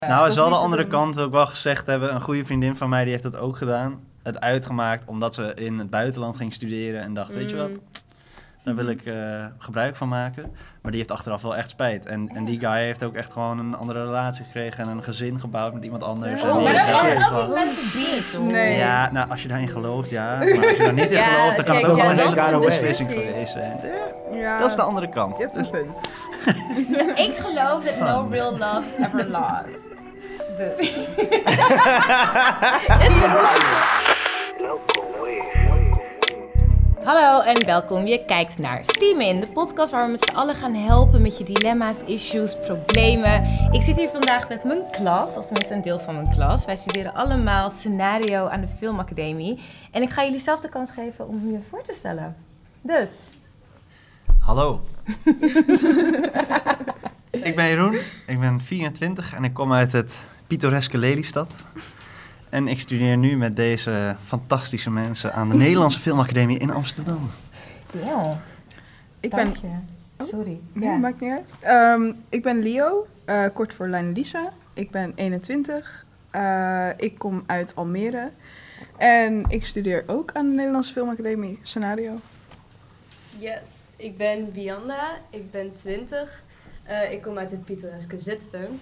Nou, is wel de andere kant, wil ik wel gezegd hebben. Een goede vriendin van mij, die heeft dat ook gedaan. Het uitgemaakt, omdat ze in het buitenland ging studeren. En dacht, weet je wat, daar wil ik gebruik van maken. Maar die heeft achteraf wel echt spijt. En die guy heeft ook echt gewoon een andere relatie gekregen. En een gezin gebouwd met iemand anders. Oh, maar dat is ook niet met de beat. Nee. Ja, nou, als je daarin gelooft, ja. Maar als je daar niet in gelooft, dan kan het ook wel een hele rare beslissing geweest zijn. Ja, Dat is de andere kant. je hebt een punt. Ik geloof that no real love is ever lost. Hallo en welkom. Je kijkt naar Steam In, de podcast waar we met z'n allen gaan helpen met je dilemma's, issues, problemen. Ik zit hier vandaag met mijn klas, of tenminste een deel van mijn klas. Wij studeren allemaal scenario aan de Filmacademie. En ik ga jullie zelf de kans geven om je voor te stellen. Dus. Hallo. Ik ben Jeroen, ik ben 24 en ik kom uit het pittoreske Lelystad. En ik studeer nu met deze fantastische mensen aan de Nederlandse Filmacademie in Amsterdam. Ja, Ik dank ben... je. Sorry. Nee, maakt niet uit. Ik ben Leo, kort voor Lisa. Ik ben 21. Ik kom uit Almere. En ik studeer ook aan de Nederlandse Filmacademie scenario. Yes, ik ben Bianda, ik ben 20. Ik kom uit het pittoreske Zutphen.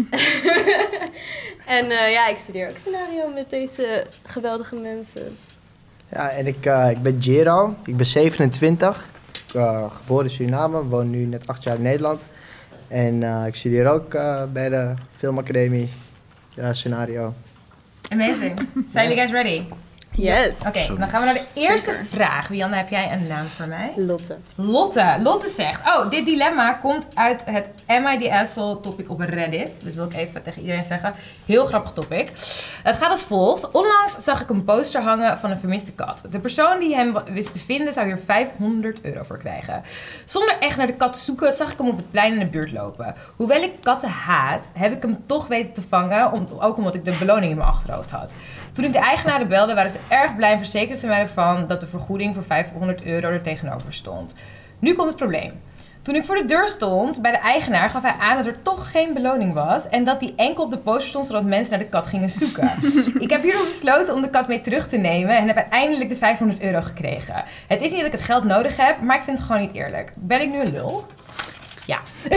En ik studeer ook scenario met deze geweldige mensen. Ja, en ik ben Gero, ik ben 27, geboren in Suriname, woon nu net 8 jaar in Nederland. En ik studeer ook bij de Filmacademie scenario. Amazing. Zijn jullie guys ready? Yes. Oké, dan gaan we naar de eerste vraag. Wianne, heb jij een naam voor mij? Lotte. Lotte zegt, dit dilemma komt uit het Am I the Asshole topic op Reddit. Dat wil ik even tegen iedereen zeggen. Heel grappig topic. Het gaat als volgt. Onlangs zag ik een poster hangen van een vermiste kat. De persoon die hem wist te vinden zou hier €500 voor krijgen. Zonder echt naar de kat te zoeken zag ik hem op het plein in de buurt lopen. Hoewel ik katten haat, heb ik hem toch weten te vangen. Ook omdat ik de beloning in mijn achterhoofd had. Toen ik de eigenaren belde, waren ze erg blij en verzekerden ze mij ervan dat de vergoeding voor €500 er tegenover stond. Nu komt het probleem. Toen ik voor de deur stond bij de eigenaar gaf hij aan dat er toch geen beloning was en dat die enkel op de poster stond zodat mensen naar de kat gingen zoeken. Ik heb hierdoor besloten om de kat mee terug te nemen en heb uiteindelijk de €500 gekregen. Het is niet dat ik het geld nodig heb, maar ik vind het gewoon niet eerlijk. Ben ik nu een lul? Ja.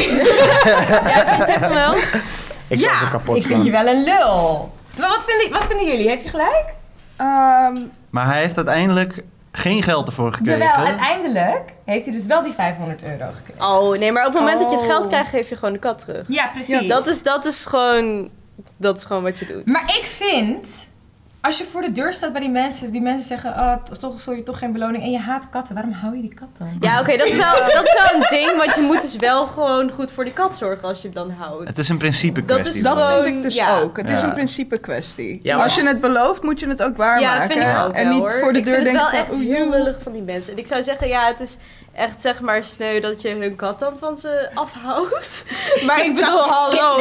Ja, vind je hem wel? Ik zal ze kapot ik vind je wel een lul. Maar wat vinden jullie? Heeft hij gelijk? Maar hij heeft uiteindelijk geen geld ervoor gekregen. Jawel, uiteindelijk heeft hij dus wel die €500 gekregen. Oh, nee, maar op het moment dat je het geld krijgt, geef je gewoon de kat terug. Ja, precies. Ja, dat is gewoon wat je doet. Maar ik vind, als je voor de deur staat bij die mensen zeggen, sorry, toch geen beloning en je haat katten, waarom hou je die kat dan? Ja, oké, dat is wel een ding, want je moet dus wel gewoon goed voor die kat zorgen als je hem dan houdt. Het is een principe kwestie. Dat gewoon, vind ik dus ook. Het is een principe kwestie. Ja, als je het belooft, moet je het ook waarmaken. Ja, vind ik ook en wel, niet hoor. voor de deur denken Ik vind het wel van, echt heel lullig van die mensen. En ik zou zeggen, het is echt zeg maar sneu dat je hun kat dan van ze afhoudt. Maar ik bedoel, hallo.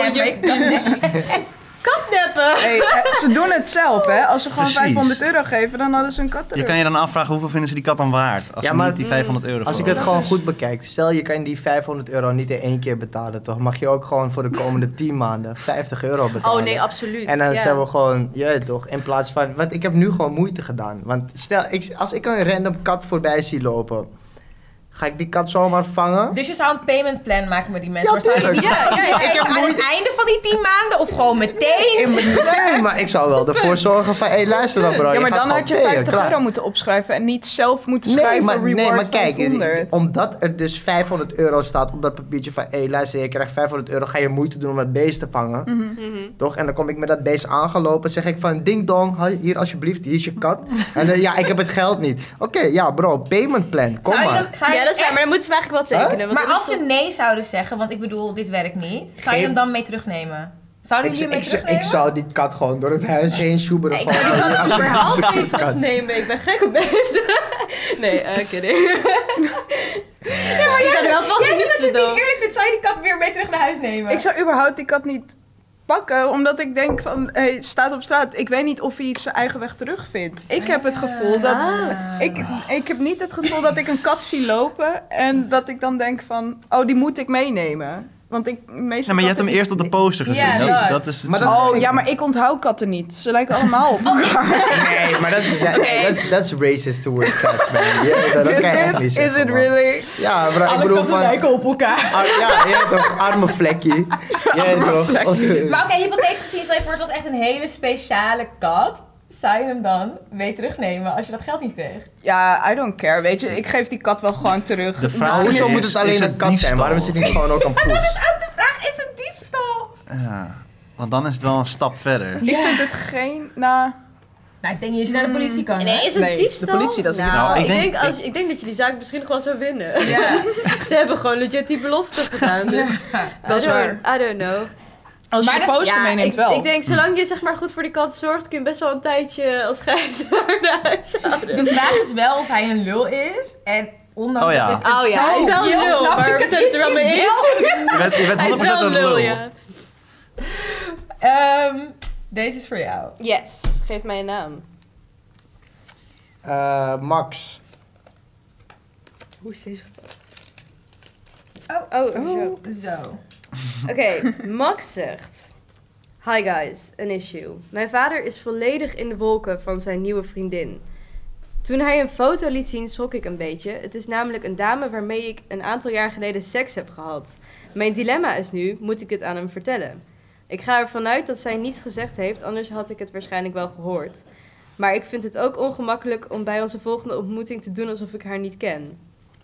Katneppen! Hey, ze doen het zelf, hè. Als ze gewoon Precies. €500 geven, dan hadden ze een kat terug. Je kan je dan afvragen hoeveel vinden ze die kat dan waard? Als Ja, ze maar niet die €500 Als ik het gewoon goed bekijk, stel je kan die €500 niet in één keer betalen, toch? Mag je ook gewoon voor de komende 10 maanden €50 betalen. Oh nee, absoluut. En dan zijn we gewoon, toch, in plaats van, want ik heb nu gewoon moeite gedaan. Want stel, als ik een random kat voorbij zie lopen, ga ik die kat zomaar vangen? Dus je zou een payment plan maken met die mensen. Ja, maar zou je tuurlijk. die Ik heb aan het einde van die 10 maanden of gewoon meteen? Nee, maar ik zou wel ervoor zorgen van, luister dan bro, Ja, maar gaat dan had je gewoon payen, €50 klaar. moeten opschrijven en niet zelf moeten schrijven reward kijk, 500. omdat er dus €500 staat op dat papiertje van, luister, je krijgt €500, ga je moeite doen om dat beest te vangen, toch? En dan kom ik met dat beest aangelopen, zeg ik van, ding dong, hier alsjeblieft, hier is je kat. En ik heb het geld niet. Oké, bro, payment plan, kom maar. Ja, dat is waar, maar dan moeten ze eigenlijk wel tekenen. want Maar dan als is ze het- nee zouden zeggen, want ik bedoel, dit werkt niet. Zou je hem dan mee terugnemen? Zouden jullie hem mee Ik terugnemen? zou die kat gewoon door het huis heen sjoeberen. Ik zou die kat überhaupt niet terugnemen. Ik ben gek op beesten. Nee, kidding. Ja, maar Ik zou er wel van jij zegt dat je het genieten, niet eerlijk vindt. Zou je die kat weer mee terug naar huis nemen? Ik zou überhaupt die kat niet pakken, omdat ik denk van, staat op straat. Ik weet niet of hij zijn eigen weg terugvindt. Ik heb het gevoel dat... Ik heb niet het gevoel dat ik een kat zie lopen en dat ik dan denk van, die moet ik meenemen. Want meestal Nee, maar je hebt hem eerst op de poster gezien. Ja, dat is het Maar zo. dat- Oh, ja, maar ik onthoud katten niet. Ze lijken allemaal op elkaar. Nee, maar dat is racist towards cats, man. Ja, dat kan je echt niet Is zeggen, it man. really? Ja, maar ik Alle bedoel katten van... lijken op elkaar. Ja, je hebt toch, arme vlekje. Ja, toch. Maar oké, hypothetisch gezien, stel je voor, het was echt een hele speciale kat. Zou je hem dan weer terugnemen als je dat geld niet kreeg? Ja, I don't care. Weet je, ik geef die kat wel gewoon terug. De vraag Maar is, hoezo moet het alleen is een kat zijn? diefstal? Waarom is het niet gewoon ook een poes? De vraag is het diefstal. Ja, want dan is het wel een stap verder. Ik vind het geen... Nou, Nou, ik denk niet dat je naar de politie kan. hè? Nee, is het Nee, diefstal? de politie, dat is het Nou, niet. ik denk dat je die zaak misschien gewoon zou winnen. Ja. Ze hebben gewoon legit die belofte gedaan, dus... dat is waar. I don't know. Als je Maar de dat- poster meeneemt wel. Ik denk, zolang je zeg maar goed voor die kat zorgt, kun je best wel een tijdje als gijzelaar naar huis houden. De vraag is wel of hij een lul is. En ondanks Oh ja. dat ik Oh ja, hij is wel een heel lul, snap maar ik we het zijn het er wel is mee hij eens. Je bent Hij is 100% wel een lul. ja. Deze is voor jou. Yes, geef mij een naam. Max. Hoe is deze? Oh, Zo. Zo. Oké, Max zegt... Hi guys, een issue. Mijn vader is volledig in de wolken van zijn nieuwe vriendin. Toen hij een foto liet zien, schrok ik een beetje. Het is namelijk een dame waarmee ik een aantal jaar geleden seks heb gehad. Mijn dilemma is nu, moet ik dit aan hem vertellen? Ik ga ervan uit dat zij niets gezegd heeft, anders had ik het waarschijnlijk wel gehoord. Maar ik vind het ook ongemakkelijk om bij onze volgende ontmoeting te doen alsof ik haar niet ken.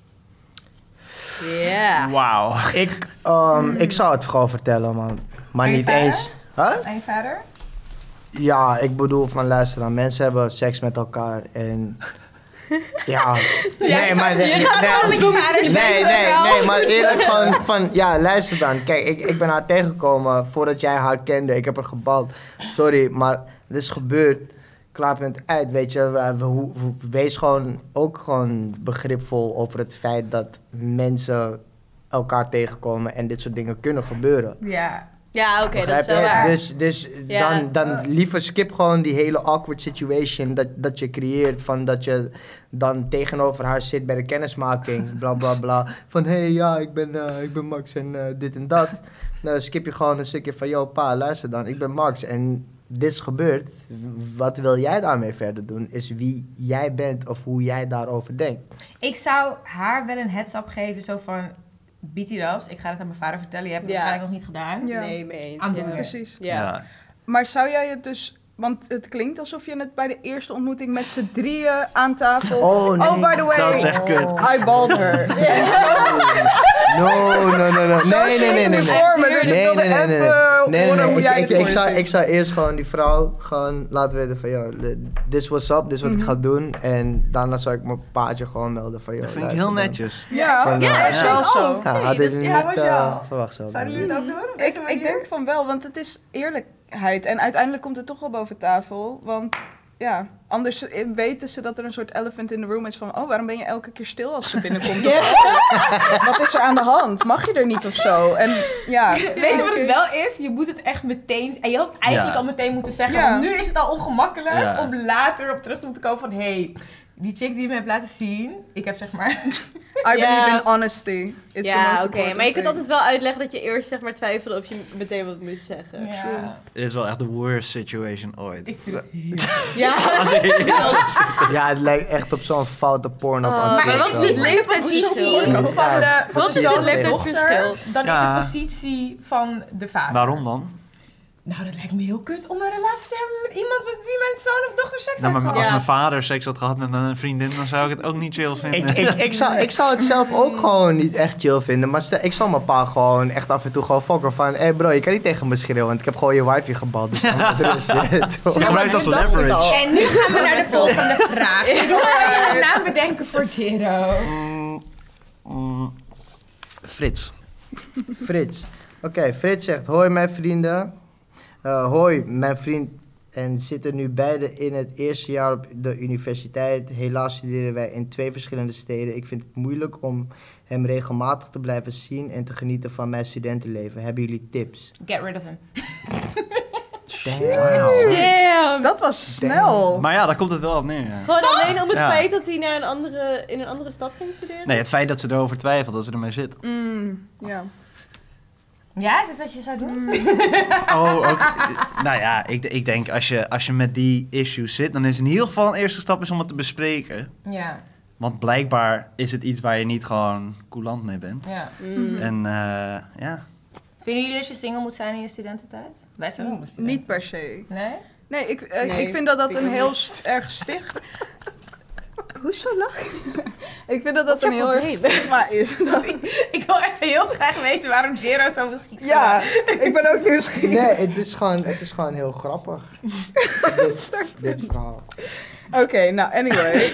Ja. Wauw. Ik zou het gewoon vertellen, man. Maar En je niet vader? eens... Huh? En je vader? Ja, ik bedoel van luister dan. Mensen hebben seks met elkaar en... Ja. Nee, maar... Je gaat gewoon met je vader Nee, maar eerlijk van... Ja, luister dan. Kijk, ik ben haar tegengekomen voordat jij haar kende. Ik heb haar gebald. Sorry, maar het is gebeurd. Klaar punt uit, weet je. Wees gewoon ook gewoon begripvol over het feit dat mensen elkaar tegenkomen en dit soort dingen kunnen gebeuren. Ja. Ja, oké, dat Begrijp is wel je? waar. Dus Ja. dan liever skip gewoon die hele awkward situation dat je creëert. Van dat je dan tegenover haar zit bij de kennismaking. Bla bla bla. Van ja, ik ben Max en dit en dat. Dan skip je gewoon een stukje van, yo pa, luister dan, ik ben Max en dit is gebeurd. Wat wil jij daarmee verder doen? Is wie jij bent of hoe jij daarover denkt. Ik zou haar wel een heads-up geven, zo van... Beat it up, ik ga het aan mijn vader vertellen. Je hebt het Ja. waarschijnlijk nog niet gedaan. Ja. Nee, mee eens. Aan ja. doen. Precies. Ja. Maar zou jij het dus... Want het klinkt alsof je het bij de eerste ontmoeting met z'n drieën aan tafel... Oh, nee. by the way. Dat is echt kut. I balled her. No. Zo zie ik het nu voor me, dus ik wilde even horen hoe jij het voor je Ik zou eerst gewoon die vrouw gewoon laten weten van, yo, this what's up, dit is wat ik ga doen. En daarna zou ik mijn paardje gewoon melden van, yo, Dat vind ik luister heel dan. netjes. Ja, Van, ja, is wel zo. Ja, hadden jullie ja, niet was jou. verwacht zo. Zouden jullie het ook doen? Ik denk van wel, want het is eerlijkheid. En uiteindelijk komt het toch wel boven tafel. Want ja, anders weten ze dat er een soort elephant in the room is van... Oh, waarom ben je elke keer stil als ze binnenkomt? Wat is er aan de hand? Mag je er niet of zo? En ja... Weet je wat het wel is? Je moet het echt meteen... En je had het eigenlijk Ja. al meteen moeten zeggen. Ja. Want nu is het al ongemakkelijk Ja. om later op terug te moeten komen van... Hey, die chick die je me hebt laten zien... Ik heb zeg maar... I believe Ja. in honesty. It's the most Ja, oké. important Maar je kunt thing. altijd wel uitleggen dat je eerst zeg maar twijfelde of je meteen wat moest zeggen. Ja. Dit is wel echt de worst situation ooit. Ik vind het heel... Ja. Als ik hier zo zit. Ja, het lijkt echt op zo'n foute porno. Oh, actie maar of wat zo. is dit leeftijdsverschil? Ja, van de... Wat is precies. dit leeftijdsverschil? Dan Ja. in de positie van de vader. Waarom dan? Nou, dat lijkt me heel kut om een relatie te hebben met iemand met wie mijn zoon of dochter seks Nou, heeft maar gehad. als Ja. mijn vader seks had gehad met mijn vriendin, dan zou ik het ook niet chill vinden. Ik zou het zelf ook gewoon niet echt chill vinden. Maar ik zal mijn pa gewoon echt af en toe gewoon fokken van... Hé bro, je kan niet tegen me schreeuwen, want ik heb gewoon je wifi gebald. Dus dan rust je, toch? Gebruik het als leverage. En nu gaan we naar de volgende vraag. Ik wil even een naam bedenken voor Jiro. Frits. Frits. Oké, Frits zegt... Hoi mijn vrienden. Hoi mijn vriend. En zitten nu beide in het eerste jaar op de universiteit. Helaas studeren wij in 2 verschillende steden. Ik vind het moeilijk om hem regelmatig te blijven zien... en te genieten van mijn studentenleven. Hebben jullie tips? Get rid of him. Damn. Dat was snel. Maar ja, daar komt het wel op neer. Ja. Gewoon alleen om het Ja. feit dat hij naar in een andere stad ging studeren? Nee, het feit dat ze erover twijfelt, dat ze ermee zit. Ja. Ja, is dat wat je zou doen? Ook, nou ja, ik denk als je met die issues zit, dan is in ieder geval een eerste stap is om het te bespreken. Ja, Want blijkbaar is het iets waar je niet gewoon coulant mee bent. ja. En ja, Vinden jullie dat je single moet zijn in je studententijd? Wij zijn allemaal studenten. Niet per se. Nee? Nee, Nee, ik vind dat vind een ik heel niet. erg stig... Hoezo lach je? Ik vind dat Wat dat is een jouw heel erg probleem? stigma is. Ik wil even heel graag weten waarom Jero zo moet giechelen. Ja, ik ben ook nieuwsgierig. Nee, het is gewoon heel grappig. dit verhaal. Oké, nou, anyway.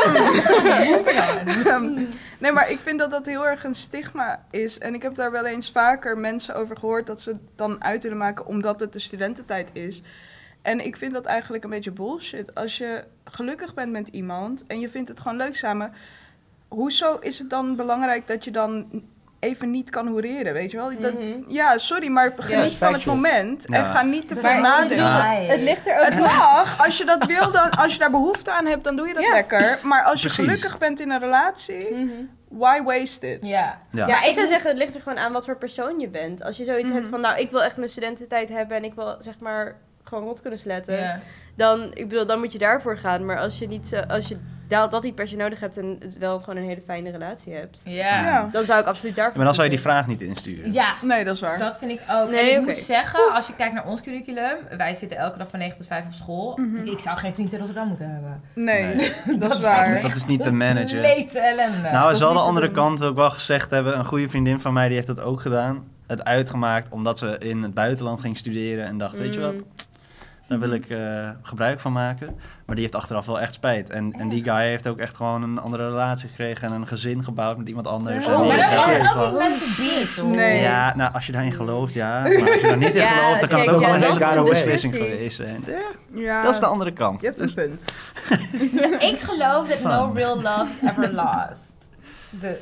Nee, maar ik vind dat dat heel erg een stigma is. En ik heb daar wel eens vaker mensen over gehoord dat ze het dan uit willen maken omdat het de studententijd is. En ik vind dat eigenlijk een beetje bullshit. Als je gelukkig bent met iemand en je vindt het gewoon leuk samen, hoezo is het dan belangrijk dat je dan even niet kan hoereren, weet je wel? Ja, sorry, maar geniet van het factual. moment en Ja. ga niet te veel Maar nadenken. Ja. Het ligt er ook Het mag, als je dat wil, dan, als je daar behoefte aan hebt, dan doe je dat Ja. lekker. Maar als je Precies. gelukkig bent in een relatie, Mhm. why waste it? Ja. ja. Ja, ik zou zeggen, het ligt er gewoon aan wat voor persoon je bent. Als je zoiets hebt Mhm. van, nou, ik wil echt mijn studententijd hebben en ik wil, zeg maar, gewoon rot kunnen sletten. Ja. Dan moet je daarvoor gaan. Maar als je dat niet per se nodig hebt en het wel gewoon een hele fijne relatie hebt, Ja. Ja. dan zou ik absoluut daarvoor Maar dan zou je die kiezen. vraag niet insturen. Ja, Nee, dat is waar. dat vind ik ook. Nee, en ik oké. moet zeggen, als je kijkt naar ons curriculum, wij zitten elke dag van 9 tot 5 op school. Mhm. Ik zou geen vriend in Rotterdam moeten hebben. Nee, Nee. dat is lijkt waar. me Dat is niet te managen. Lete ellende. Nou, is is wel de niet te andere doen. kant ook wel gezegd hebben. Een goede vriendin van mij die heeft dat ook gedaan. Het uitgemaakt omdat ze in het buitenland ging studeren en dacht, weet je wat, daar wil ik gebruik van maken. Maar die heeft achteraf wel echt spijt. En die guy heeft ook echt gewoon een andere relatie gekregen en een gezin gebouwd met iemand anders. Oh, En die maar is dat echt is echt ook wel- niet meant to be, toch? Nee. Ja, nou, als je daarin gelooft, ja. Maar als je daar niet in Ja, gelooft, dan kan het kijk, ook wel ja, een dat hele is rare een beslissing discussie. geweest zijn. Ja, Ja, dat is de andere kant. je hebt een punt. Ik geloof that no Fun. real love is ever lost. Dit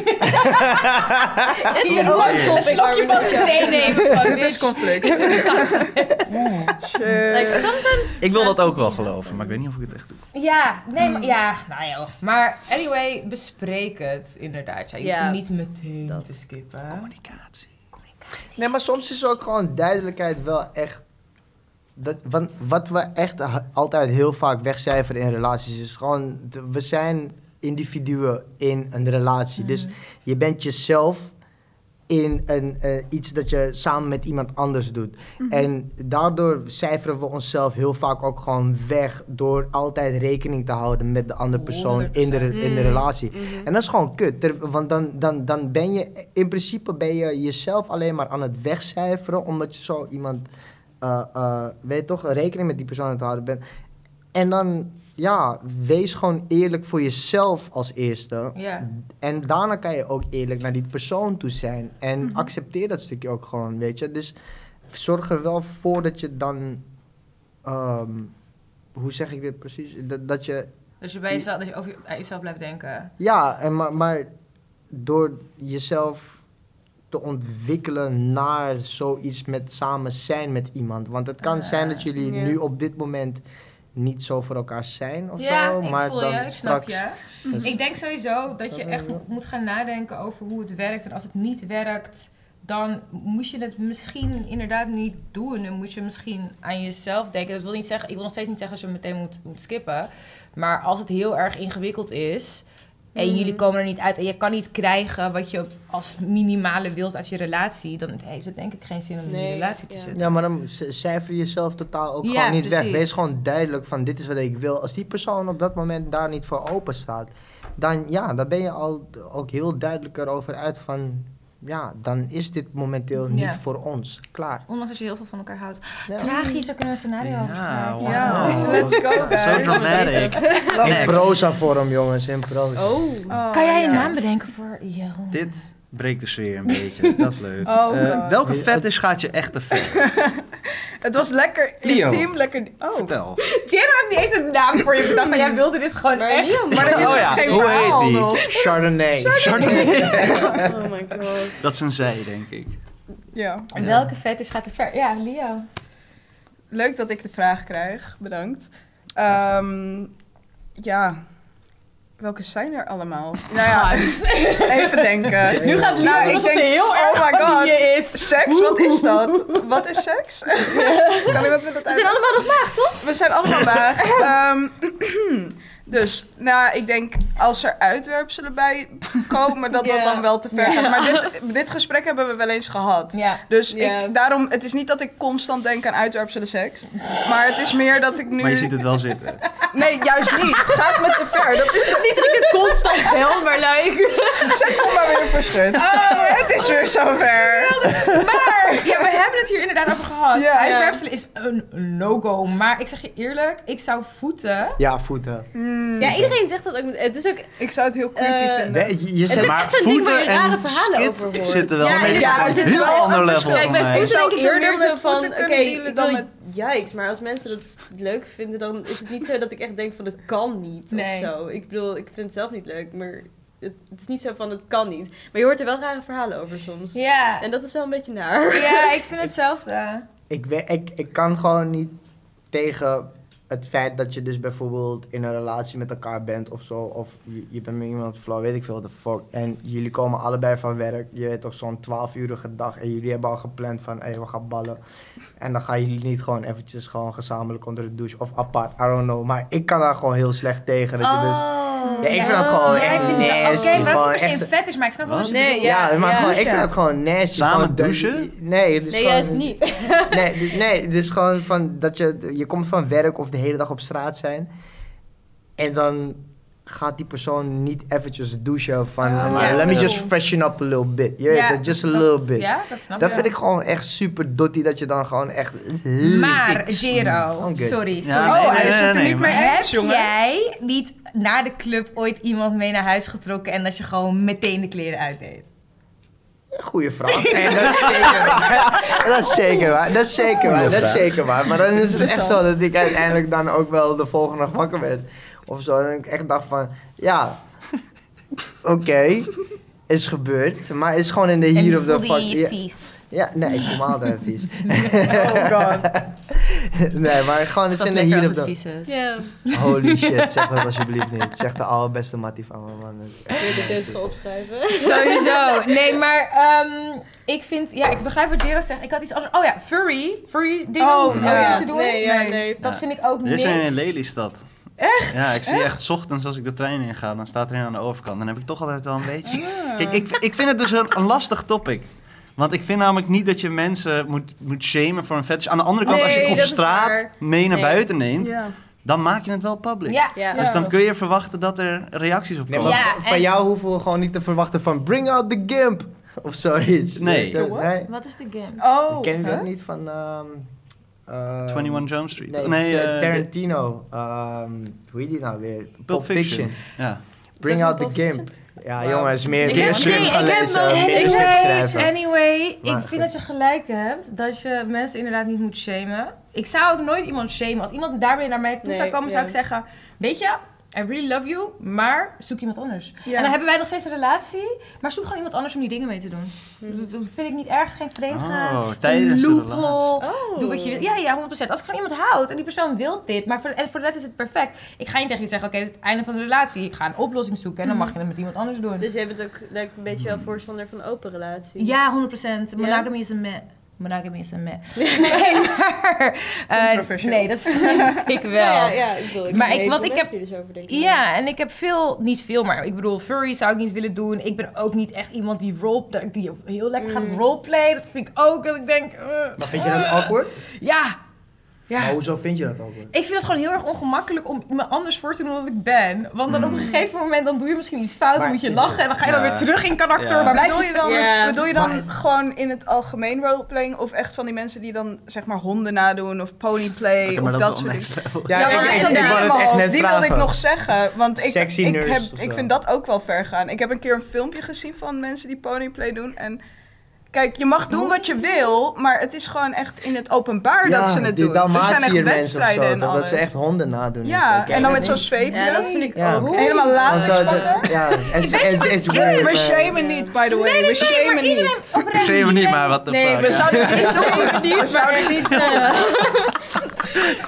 is ook een Een topic slokje van zijn thee nemen van Dit dit is conflict. Like, sometimes Ik wil dat ook wel geloven, maar ik weet niet of ik het echt doe. Ja, nee, maar ja, nou joh. Maar anyway, bespreek het inderdaad. Ja, je hoeft Ja, hem niet meteen dat. te skippen. Communicatie. Nee, maar soms is ook gewoon duidelijkheid wel echt... Want wat we echt altijd heel vaak wegcijferen in relaties is gewoon... We zijn individuen in een relatie. Dus je bent jezelf in iets dat je samen met iemand anders doet. En daardoor cijferen we onszelf heel vaak ook gewoon weg... door altijd rekening te houden met de andere persoon in de relatie. En dat is gewoon kut. Want dan ben je... In principe ben je jezelf alleen maar aan het wegcijferen... omdat je zo iemand... weet je toch, rekening met die persoon aan het houden bent. En dan... Ja, wees gewoon eerlijk voor jezelf als eerste. Ja. En daarna kan je ook eerlijk naar die persoon toe zijn. En accepteer dat stukje ook gewoon, weet je. Dus zorg er wel voor dat je dan... hoe zeg ik dit precies? Dat je... Dus je bij jezelf, dat je over jezelf blijft denken. Ja, maar door jezelf te ontwikkelen naar zoiets met samen zijn met iemand. Want het kan zijn dat jullie Ja. nu op dit moment niet zo voor elkaar zijn of Ja, zo. ik Maar voel dan je, ik snap straks... je. Dus- Ik denk sowieso dat je echt moet gaan nadenken over hoe het werkt. En als het niet werkt, dan moet je het misschien inderdaad niet doen. En moet je misschien aan jezelf denken. Dat wil niet zeggen, ik wil nog steeds niet zeggen dat je meteen moet skippen. Maar als het heel erg ingewikkeld is en jullie komen er niet uit en je kan niet krijgen wat je als minimale wilt uit je relatie, dan heeft het denk ik geen zin om in die Nee, relatie te ja. zitten. Ja, maar dan cijfer je jezelf totaal ook Ja, gewoon niet weg. precies. Wees gewoon duidelijk van dit is wat ik wil. Als die persoon op dat moment daar niet voor open staat, dan ben je al ook heel duidelijker over uit van... Ja, dan is dit momenteel niet Ja. voor ons. Klaar. Ondanks dat je heel veel van elkaar houdt. Ja. Tragisch, zo kunnen we een scenario over Ja, schrijven. wow. Ja, let's go Zo guys. dramatic. In Next. proza vorm, jongens, in proza. Oh. Oh, Kan jij een ja. naam bedenken voor Jeroen? Dit breekt de sfeer een beetje. Dat is leuk. Oh, God. Welke fetish gaat je echt te ver? Het was lekker Leo. intiem, lekker... Oh, Vertel. Jero heeft niet eens een naam voor je bedacht, maar jij wilde dit gewoon Maar echt. Liam, maar er is Oh ja, geen hoe verhaal heet die? nog. Chardonnay. oh my god. Dat is een zij, denk ik. Ja. En welke fetish gaat te ver? Ja, Leo. Leuk dat ik de vraag krijg, bedankt. Ja, welke zijn er allemaal? Nou ja, even denken. Nu gaat Leo ik alsof ze denk, heel erg oh my god. je is. Seks, wat is dat? Wat is seks? Kan iemand me dat We zijn allemaal nog maag, toch? We zijn allemaal maag. Dus, nou, ik denk als er uitwerpselen bij komen, dat dat dan wel te ver gaat. Maar dit gesprek hebben we wel eens gehad. Ja. Dus daarom, het is niet dat ik constant denk aan uitwerpselen seks. Maar het is meer dat ik nu... Maar je ziet het wel zitten. Nee, juist niet. Gaat me te ver. Dat is Niet dat ik het constant bel, maar Zet hem maar weer voor shit. Oh, het is weer zover. Maar, ja, we hebben het hier inderdaad over gehad. Ja. Uitwerpselen is een no-go. Maar ik zeg je eerlijk, ik zou voeten... Ja, voeten. Ja, iedereen zegt dat ook. Het is ook... Ik zou het heel creepy vinden. Je Het is zegt ook Maar echt zo'n ding waar je voeten rare en verhalen over skit hoort. zitten wel Ja, een beetje ja, op er een zit heel wel ander een level verschil. Kijk, voor bij mij. voeten zou denk ik dan eerder meer zo met van, voeten oké, kunnen dealen ik dan wil met- yikes, maar als mensen dat leuk vinden, dan is het niet zo dat ik echt denk van, het kan niet, Nee. of zo. Ik bedoel, ik vind het zelf niet leuk, maar het is niet zo van, het kan niet. Maar je hoort er wel rare verhalen over soms. Ja. En dat is wel een beetje naar. Ja, ik vind hetzelfde. Ik kan gewoon niet tegen het feit dat je dus bijvoorbeeld in een relatie met elkaar bent of zo. Of je bent met iemand flow, weet ik veel wat de fuck. En jullie komen allebei van werk. Je weet toch, zo'n 12-urige dag. En jullie hebben al gepland van, we gaan ballen. En dan gaan jullie niet gewoon eventjes gewoon gezamenlijk onder de douche. Of apart, I don't know. Maar ik kan daar gewoon heel slecht tegen. Dat je dus... Ja, ik vind dat gewoon Jij echt vindt dat- nasty. Oké, maar dat is Gewoon niet per se echt- een fetish, maar ik snap wel wat je Nee, bedoelt. Ja, maar ja. gewoon, ik vind dat gewoon nasty. Samen Gewoon dat- douchen? Nee, het is Nee, gewoon... juist niet. Nee, het is gewoon van dat je komt van werk of de hele dag op straat zijn. En dan gaat die persoon niet eventjes douchen van... ja. let me just freshen up a little bit. Je weet het, just a little bit. Ja, dat snap Dat ik. vind ik gewoon echt super dotty dat je dan gewoon echt... Maar, Gero, Oké. sorry. Ja, Oh, nee, hij nee, is het er nee, niet mee maar- eens, Heb jongen. jij niet na de club ooit iemand mee naar huis getrokken en dat je gewoon meteen de kleren uitdeed? Goeie vraag. En dat is zeker waar. Dat is zeker waar. Dat is zeker waar. Dat is zeker waar. Maar dan is het echt zo dat ik uiteindelijk dan ook wel de volgende dag wakker werd. Of zo. En ik echt dacht van... Ja... Oké. Is gebeurd. Maar het is gewoon in de En hier je of de voelde je fuck... je Ja, vies. ja, nee, ik kom altijd vies. Oh god. Nee, maar gewoon het is in de hier of de... is. Ja, Holy shit, zeg dat alsjeblieft niet. Zeg de allerbeste mattie van me, man. ik weet het best wel opschrijven. Sowieso. Nee, maar ik vind... Ja, ik begrijp wat Gero zegt. Ik had iets anders... Oh ja, furry. Furry dingen Oh, hoef ik ook ja. niet te doen. Nee, ja, nee. Dat Ja. vind ik ook Er niks. is een in Lelystad. Echt? Ja, ik zie echt 's ochtends als ik de trein inga, dan staat er een aan de overkant. Dan heb ik toch altijd wel een beetje... Kijk, ik vind het dus een lastig topic. Want ik vind namelijk niet dat je mensen moet shamen voor een fetish. Aan de andere kant, als je Nee, Oh, het op dat is straat waar. mee naar Nee. buiten neemt, Ja. dan maak je het wel public. Ja. Ja. Dus dan kun je verwachten dat er reacties op Nee, komen. maar Ja, van en- jou hoeven we gewoon niet te verwachten van... Bring out the gimp! Of zoiets. Nee. Weet je? What? Nee. Wat is de game? Oh. Ken je dat huh? niet van... 21 Jump Street. Nee, Nee, Tarantino. Hoe heet die nou weer? Pulp Fiction. Ja. Bring Is dat out the van Pulp gimp. Fiction? Ja, Wow. jongens, meer Ik meer heb- scripts gaan lezen, meer scripts schrijven. Anyway, Maar ik vind dat je gelijk hebt dat je mensen inderdaad niet moet shamen. Ik zou ook nooit iemand shamen. Als iemand daarmee naar mij toe Nee, zou komen, zou ja. ik zeggen... Weet je, I really love you, maar zoek iemand anders. Ja. En dan hebben wij nog steeds een relatie, maar zoek gewoon iemand anders om die dingen mee te doen. Dat vind ik niet ergens geen vreemd gaan. Oh, tijdens de loophole. Oh. Doe wat je wil. Ja, 100%. Als ik van iemand houd en die persoon wil dit, maar voor de rest is het perfect. Ik ga niet tegen je zeggen, oké, dit is het einde van de relatie. Ik ga een oplossing zoeken en dan mag je het met iemand anders doen. Dus jij bent ook lijkt een beetje wel voorstander van open relaties. Ja, 100%. Monogamy is een meh. Monogamy is een meh. Nee, maar... Controversial. nee, dat vind ik wel. Ja, ik bedoel, Maar ken ik- wat heel veel ik mensen die er zo over denken. Ja, en ik heb niet veel, maar ik bedoel, furry zou ik niet willen doen. Ik ben ook niet echt iemand die die heel lekker gaat roleplay. Dat vind ik ook, dat ik denk... Maar vind je dat awkward? Ja. Maar Ja. hoezo vind je dat awkward? Ik vind het gewoon heel erg ongemakkelijk om me anders voor te doen dan ik ben. Want dan op een gegeven moment dan doe je misschien iets fout, dan Maar- moet je lachen en dan ga je dan Ja. weer terug in karakter. Ja. Of Maar blijf bedoel je je dan, Ja. bedoel je dan Maar- gewoon in het algemeen roleplaying of echt van die mensen die dan zeg maar honden nadoen of ponyplay Oké, of maar dat dat is soort wel dingen? next level. Ja, maar ik dan wou het echt helemaal, net die wilde ik vragen. nog zeggen, want Sexy nurse of ik zo. vind dat ook wel ver gaan. Ik heb een keer een filmpje gezien van mensen die ponyplay doen en kijk, je mag doen wat je wil, maar het is gewoon echt in het openbaar dat ze het die doen. Er zijn Dalmatiër echt mensen of wedstrijden zo, en toch? alles. Dat ze echt honden nadoen. Ja, Ken en dan je met dat zo'n niet? zweepje. Ja, dat vind ik Ja. ook. Helemaal Dan latex zo pakken. ja, it's weird. We man. shamen niet, by the way. We shamen niet. Ik geef me niet, maar wat de Nee, fuck. we ja. zouden het niet doen. We zouden het niet doen.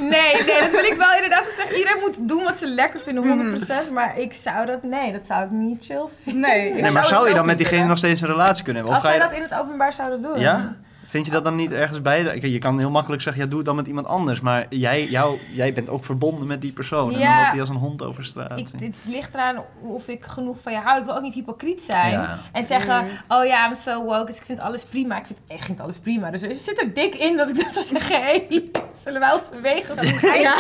Nee, dat wil ik wel inderdaad zeggen. Iedereen moet doen wat ze lekker vinden, 100%. Maar ik zou dat zou ik niet chill vinden. Nee, maar zou je dan met diegene nog steeds een relatie kunnen hebben? Als Of ga wij je dat in het openbaar zouden doen. Ja? Vind je dat dan niet ergens bijdragen? Je kan heel makkelijk zeggen, doe het dan met iemand anders. Maar jij bent ook verbonden met die persoon. En dan loopt hij als een hond over straat. Het ligt eraan of ik genoeg van je hou. Ik wil ook niet hypocriet zijn. Ja. En zeggen, oh ja, I'm so woke, dus ik vind alles prima. Ik vind echt niet alles prima. Dus er zit er dik in dat ik dan zou zeggen, hey, zullen wij onze wegen gaan? Ja.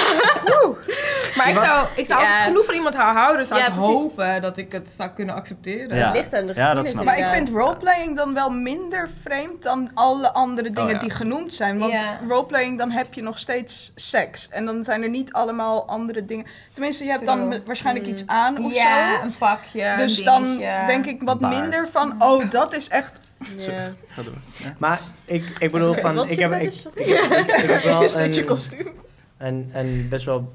Maar ik zou als ik genoeg van iemand houden, zou ik hopen dat ik het zou kunnen accepteren. Ja. Het ligt aan de dat snap ik. Maar ik vind roleplaying dan wel minder vreemd dan alle andere dingen die genoemd zijn. Want roleplaying, dan heb je nog steeds seks. En dan zijn er niet allemaal andere dingen. Tenminste, je hebt dan waarschijnlijk iets aan of zo. Ja, een pakje, dus een dan dingetje. denk ik wat minder van, dat is echt... Ja. Ga door. Ja. Maar ik bedoel van... Wat Ik zit heb met de wel Is dit je kostuum? een best wel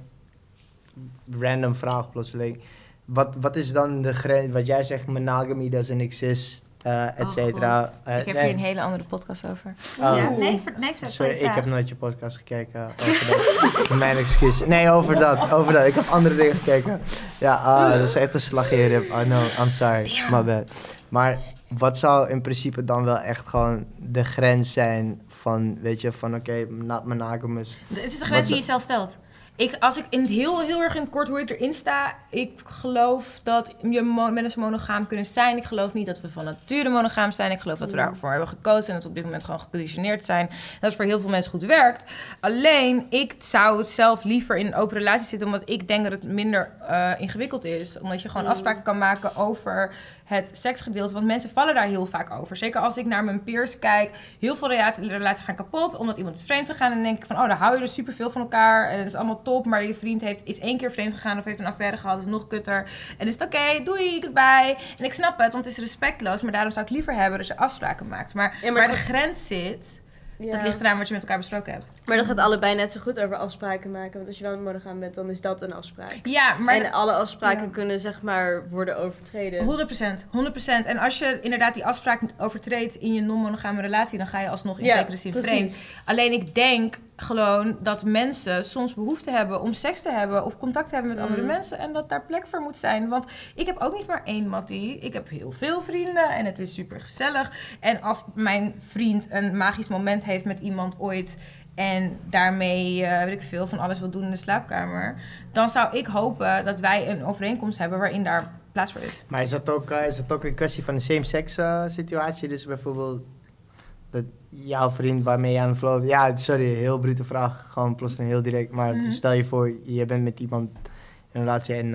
random vraag plotseling. Wat is dan de grens... Wat jij zegt, monogamy doesn't exist, et cetera. Ik heb hier een hele andere podcast over. Ja. Nee, Sorry, ik heb nooit je podcast gekeken over dat. Mijn excuus. Nee, over dat. Ik heb andere dingen gekeken. Ja, dat is echt een slag in je rib. I know, I'm sorry. My bad. Maar wat zou in principe dan wel echt gewoon de grens zijn van, weet je, van oké, not monogamous. Het is de grens die je zelf stelt. Als ik in het heel erg in het kort hoe ik erin sta, ik geloof dat mensen monogaam kunnen zijn. Ik geloof niet dat we van nature monogaam zijn. Ik geloof dat we daarvoor hebben gekozen en dat we op dit moment gewoon geconditioneerd zijn. Dat het voor heel veel mensen goed werkt. Alleen, ik zou zelf liever in een open relatie zitten, omdat ik denk dat het minder ingewikkeld is. Omdat je gewoon afspraken kan maken over het seksgedeelte, want mensen vallen daar heel vaak over. Zeker als ik naar mijn peers kijk, heel veel relaties gaan kapot, omdat iemand is vreemd gegaan. En dan denk ik van, dan hou je er superveel van elkaar en het is allemaal top, maar je vriend is 1 keer vreemd gegaan of heeft een affaire gehad, is nog kutter. En is het oké, doei, goodbye. En ik snap het, want het is respectloos, maar daarom zou ik liever hebben dat je afspraken maakt. Maar waar de grens zit, dat ligt eraan wat je met elkaar besproken hebt. Maar dat gaat allebei net zo goed over afspraken maken. Want als je wel monogaam bent, dan is dat een afspraak. Ja, maar en alle afspraken kunnen zeg maar worden overtreden. 100%. En als je inderdaad die afspraak overtreedt in je non-monogame relatie, dan ga je alsnog in zekere zin vreemd. Alleen ik denk gewoon dat mensen soms behoefte hebben om seks te hebben of contact te hebben met andere mensen en dat daar plek voor moet zijn. Want ik heb ook niet maar één mattie. Ik heb heel veel vrienden en het is super gezellig. En als mijn vriend een magisch moment heeft met iemand ooit en daarmee, weet ik veel, van alles wil doen in de slaapkamer, dan zou ik hopen dat wij een overeenkomst hebben waarin daar plaats voor is. Maar is dat ook een kwestie van een same-sex situatie? Dus bijvoorbeeld dat jouw vriend waarmee je aan het vlogen... Ja, sorry, heel brute vraag, gewoon plotseling heel direct. Maar stel je voor, je bent met iemand in een relatie en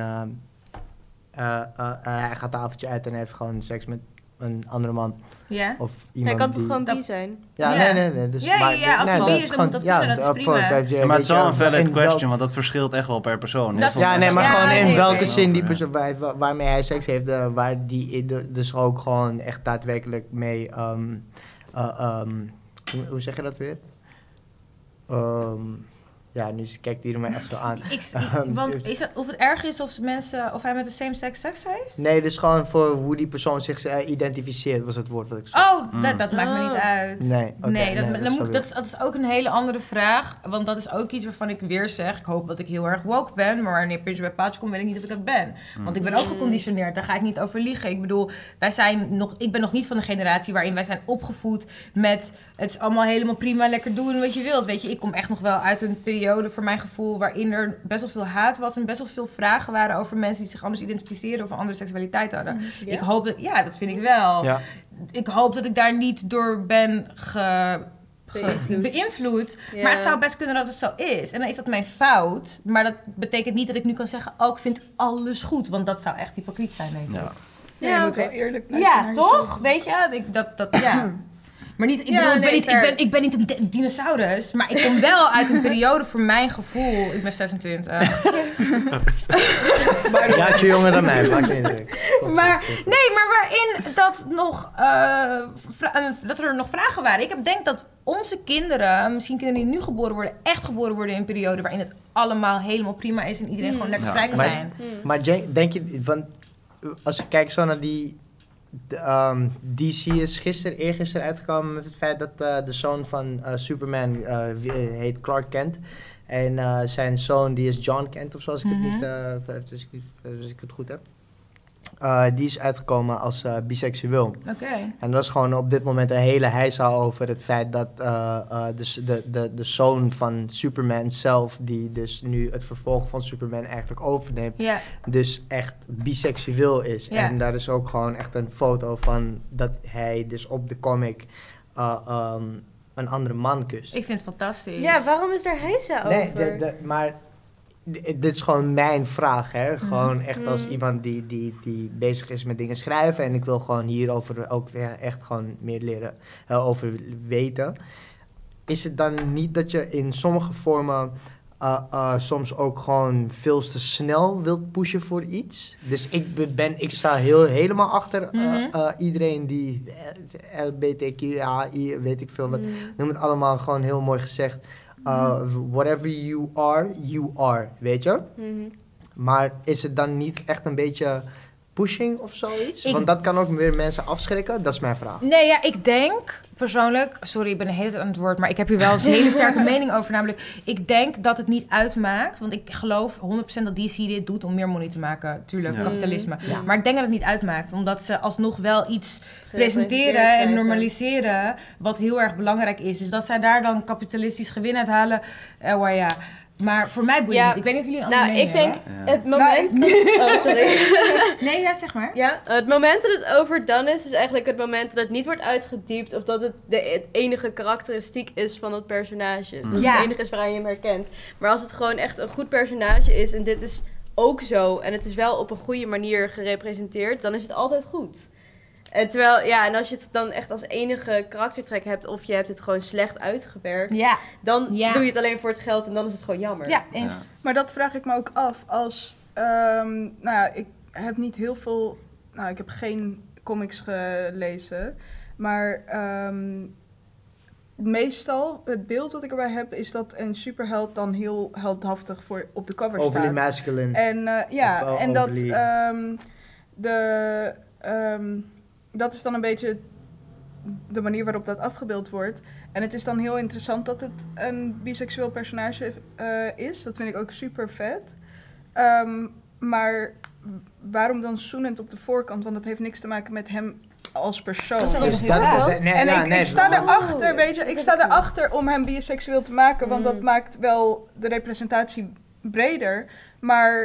hij gaat de avondje uit en hij heeft gewoon seks met een andere man. Ja. Of iemand Hij kan toch gewoon bi zijn? Ja, nee. Dus, als hij bi is, dan moet dat kunnen, dat is prima. Maar het is wel een valid question, want dat verschilt echt wel per persoon. Maar gewoon in welke zin die persoon waarmee hij seks heeft, waar die dus ook gewoon echt daadwerkelijk mee, hoe zeg je dat weer? Ja, nu kijkt hij er mij echt zo aan. Want is het, of het erg is of hij met de same-sex seks heeft? Nee, dus gewoon voor hoe die persoon zich identificeert, was het woord wat ik zei. Dat maakt me niet uit. Dat is ook een hele andere vraag. Want dat is ook iets waarvan ik weer zeg, ik hoop dat ik heel erg woke ben, maar wanneer Pintje bij Paaltje komt, weet ik niet of ik dat ben. Want ik ben ook geconditioneerd, daar ga ik niet over liegen. Ik bedoel, ik ben nog niet van de generatie waarin wij zijn opgevoed met, het is allemaal helemaal prima, lekker doen wat je wilt. Weet je, ik kom echt nog wel uit een periode voor mijn gevoel waarin er best wel veel haat was en best wel veel vragen waren over mensen die zich anders identificeren of een andere seksualiteit hadden. Ik hoop dat, dat vind ik wel. Ja. Ik hoop dat ik daar niet door ben beïnvloed. Ja. Maar het zou best kunnen dat het zo is. En dan is dat mijn fout. Maar dat betekent niet dat ik nu kan zeggen, ik vind alles goed. Want dat zou echt hypocriet zijn, denk ik. Ja, je moet wel eerlijk blijven. Ja, toch? Weet je? Maar niet, ik ben niet een dinosaurus, maar ik kom wel uit een periode voor mijn gevoel. Ik ben 26. Ja, je jonger dan mij, maakt niet uit. Maar waarin dat er nog vragen waren. Ik denk dat onze kinderen, misschien kinderen die nu geboren worden, echt geboren worden in een periode waarin het allemaal helemaal prima is en iedereen gewoon lekker vrij kan zijn. Maar denk je, als je kijkt zo naar die DC is eergisteren uitgekomen met het feit dat de zoon van Superman heet Clark Kent. En zijn zoon die is John Kent of zo, als ik het niet, als ik het goed heb. Die is uitgekomen als biseksueel. Oké. En dat is gewoon op dit moment een hele heisa over het feit dat de zoon van Superman zelf, die dus nu het vervolg van Superman eigenlijk overneemt, Ja. dus echt biseksueel is. Ja. En daar is ook gewoon echt een foto van dat hij dus op de comic een andere man kust. Ik vind het fantastisch. Ja, waarom is daar heisa over? Nee, maar dit is gewoon mijn vraag, hè. Gewoon echt als iemand die bezig is met dingen schrijven. En ik wil gewoon hierover ook weer echt gewoon meer leren, over weten. Is het dan niet dat je in sommige vormen soms ook gewoon veel te snel wilt pushen voor iets? Dus ik sta helemaal achter iedereen die LBTQI, weet ik veel wat. Noem het allemaal gewoon heel mooi gezegd. Whatever you are, weet je? Maar is het dan niet echt een beetje pushing of zoiets? Want dat kan ook weer mensen afschrikken, dat is mijn vraag. Nee, ja, ik denk persoonlijk... Sorry, ik ben de hele tijd aan het woord, maar ik heb hier wel eens een hele sterke mening over. Namelijk, ik denk dat het niet uitmaakt, want ik geloof 100% dat DC dit doet om meer money te maken. Tuurlijk, kapitalisme. Ja. Maar ik denk dat het niet uitmaakt, omdat ze alsnog wel iets presenteren Gerepresenteerd en normaliseren, wat heel erg belangrijk is. Dus dat zij daar dan kapitalistisch gewin uit halen, ja. Maar voor mij boeit het niet. Ik weet niet of jullie een andere mening ik denk hebben. het moment... Oh, sorry. Nee, ja, zeg maar. Ja, het moment dat het overdone is eigenlijk het moment dat het niet wordt uitgediept of dat het de enige karakteristiek is van het personage. Dat het het enige is waaraan je hem herkent. Maar als het gewoon echt een goed personage is en dit is ook zo en het is wel op een goede manier gerepresenteerd, dan is het altijd goed. En terwijl, en als je het dan echt als enige karaktertrek hebt of je hebt het gewoon slecht uitgewerkt, dan doe je het alleen voor het geld en dan is het gewoon jammer. Ja, eens. Ja. Maar dat vraag ik me ook af als... ik heb niet heel veel... ik heb geen comics gelezen. Maar meestal, het beeld dat ik erbij heb, is dat een superheld dan heel heldhaftig op de cover Overly staat. masculine. En en dat overly... dat is dan een beetje de manier waarop dat afgebeeld wordt. En het is dan heel interessant dat het een biseksueel personage is. Dat vind ik ook super vet. Maar waarom dan zoenend op de voorkant? Want dat heeft niks te maken met hem als persoon. Ik sta erachter, weet je, ik sta erachter om hem biseksueel te maken, want dat maakt wel de representatie breder. Maar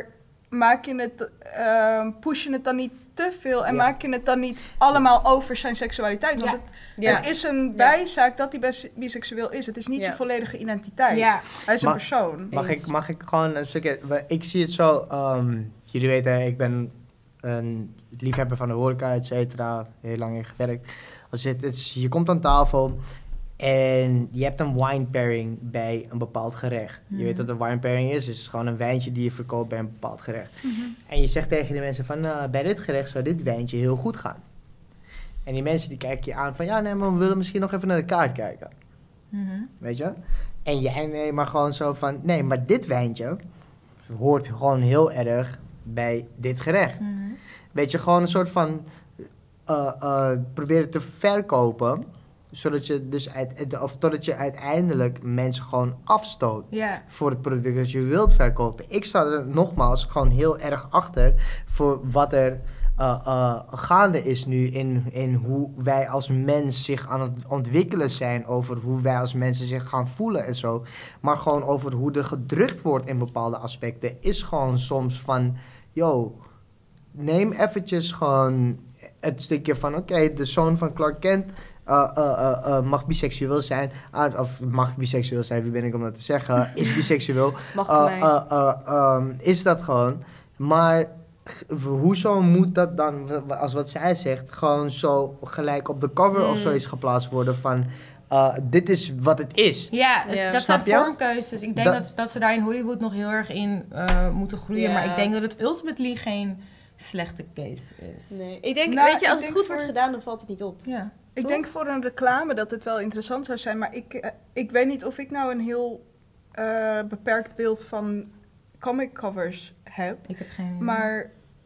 push je het dan niet te veel en maak je het dan niet allemaal over zijn seksualiteit? Want het is een bijzaak dat hij biseksueel is. Het is niet zijn volledige identiteit. Ja. Hij is een persoon. Mag ik gewoon een stukje... Ik zie het zo... jullie weten, ik ben een liefhebber van de horeca, et cetera. Heel lang in gewerkt. Je komt aan tafel en je hebt een wine pairing bij een bepaald gerecht. Je weet wat een wine pairing is. Het is gewoon een wijntje die je verkoopt bij een bepaald gerecht. En je zegt tegen die mensen van... bij dit gerecht zou dit wijntje heel goed gaan. En die mensen die kijken je aan van... maar we willen misschien nog even naar de kaart kijken. Weet je? En jij maar gewoon zo van... Nee, maar dit wijntje hoort gewoon heel erg bij dit gerecht. Weet je, gewoon een soort van... proberen te verkopen... zodat je dus totdat je uiteindelijk mensen gewoon afstoot voor het product dat je wilt verkopen. Ik sta er nogmaals gewoon heel erg achter voor wat er gaande is nu in hoe wij als mens zich aan het ontwikkelen zijn, over hoe wij als mensen zich gaan voelen en zo. Maar gewoon over hoe er gedrukt wordt in bepaalde aspecten is gewoon soms van, neem eventjes gewoon het stukje van, oké, de zoon van Clark Kent mag biseksueel zijn. Of mag biseksueel zijn, wie ben ik om dat te zeggen? Is biseksueel. Is dat gewoon. Maar hoezo moet dat dan, als wat zij zegt, gewoon zo gelijk op de cover of zoiets geplaatst worden van... dit is wat het is. Dat zijn vormkeuzes. Ik denk dat ze daar in Hollywood nog heel erg in moeten groeien. Maar ik denk dat het ultimately geen slechte case is. Nee. Ik denk, weet je, als het goed wordt gedaan, dan valt het niet op. Ja. Ik denk voor een reclame dat het wel interessant zou zijn, maar ik weet niet of ik nou een heel beperkt beeld van comic covers heb. Ik heb geen... Maar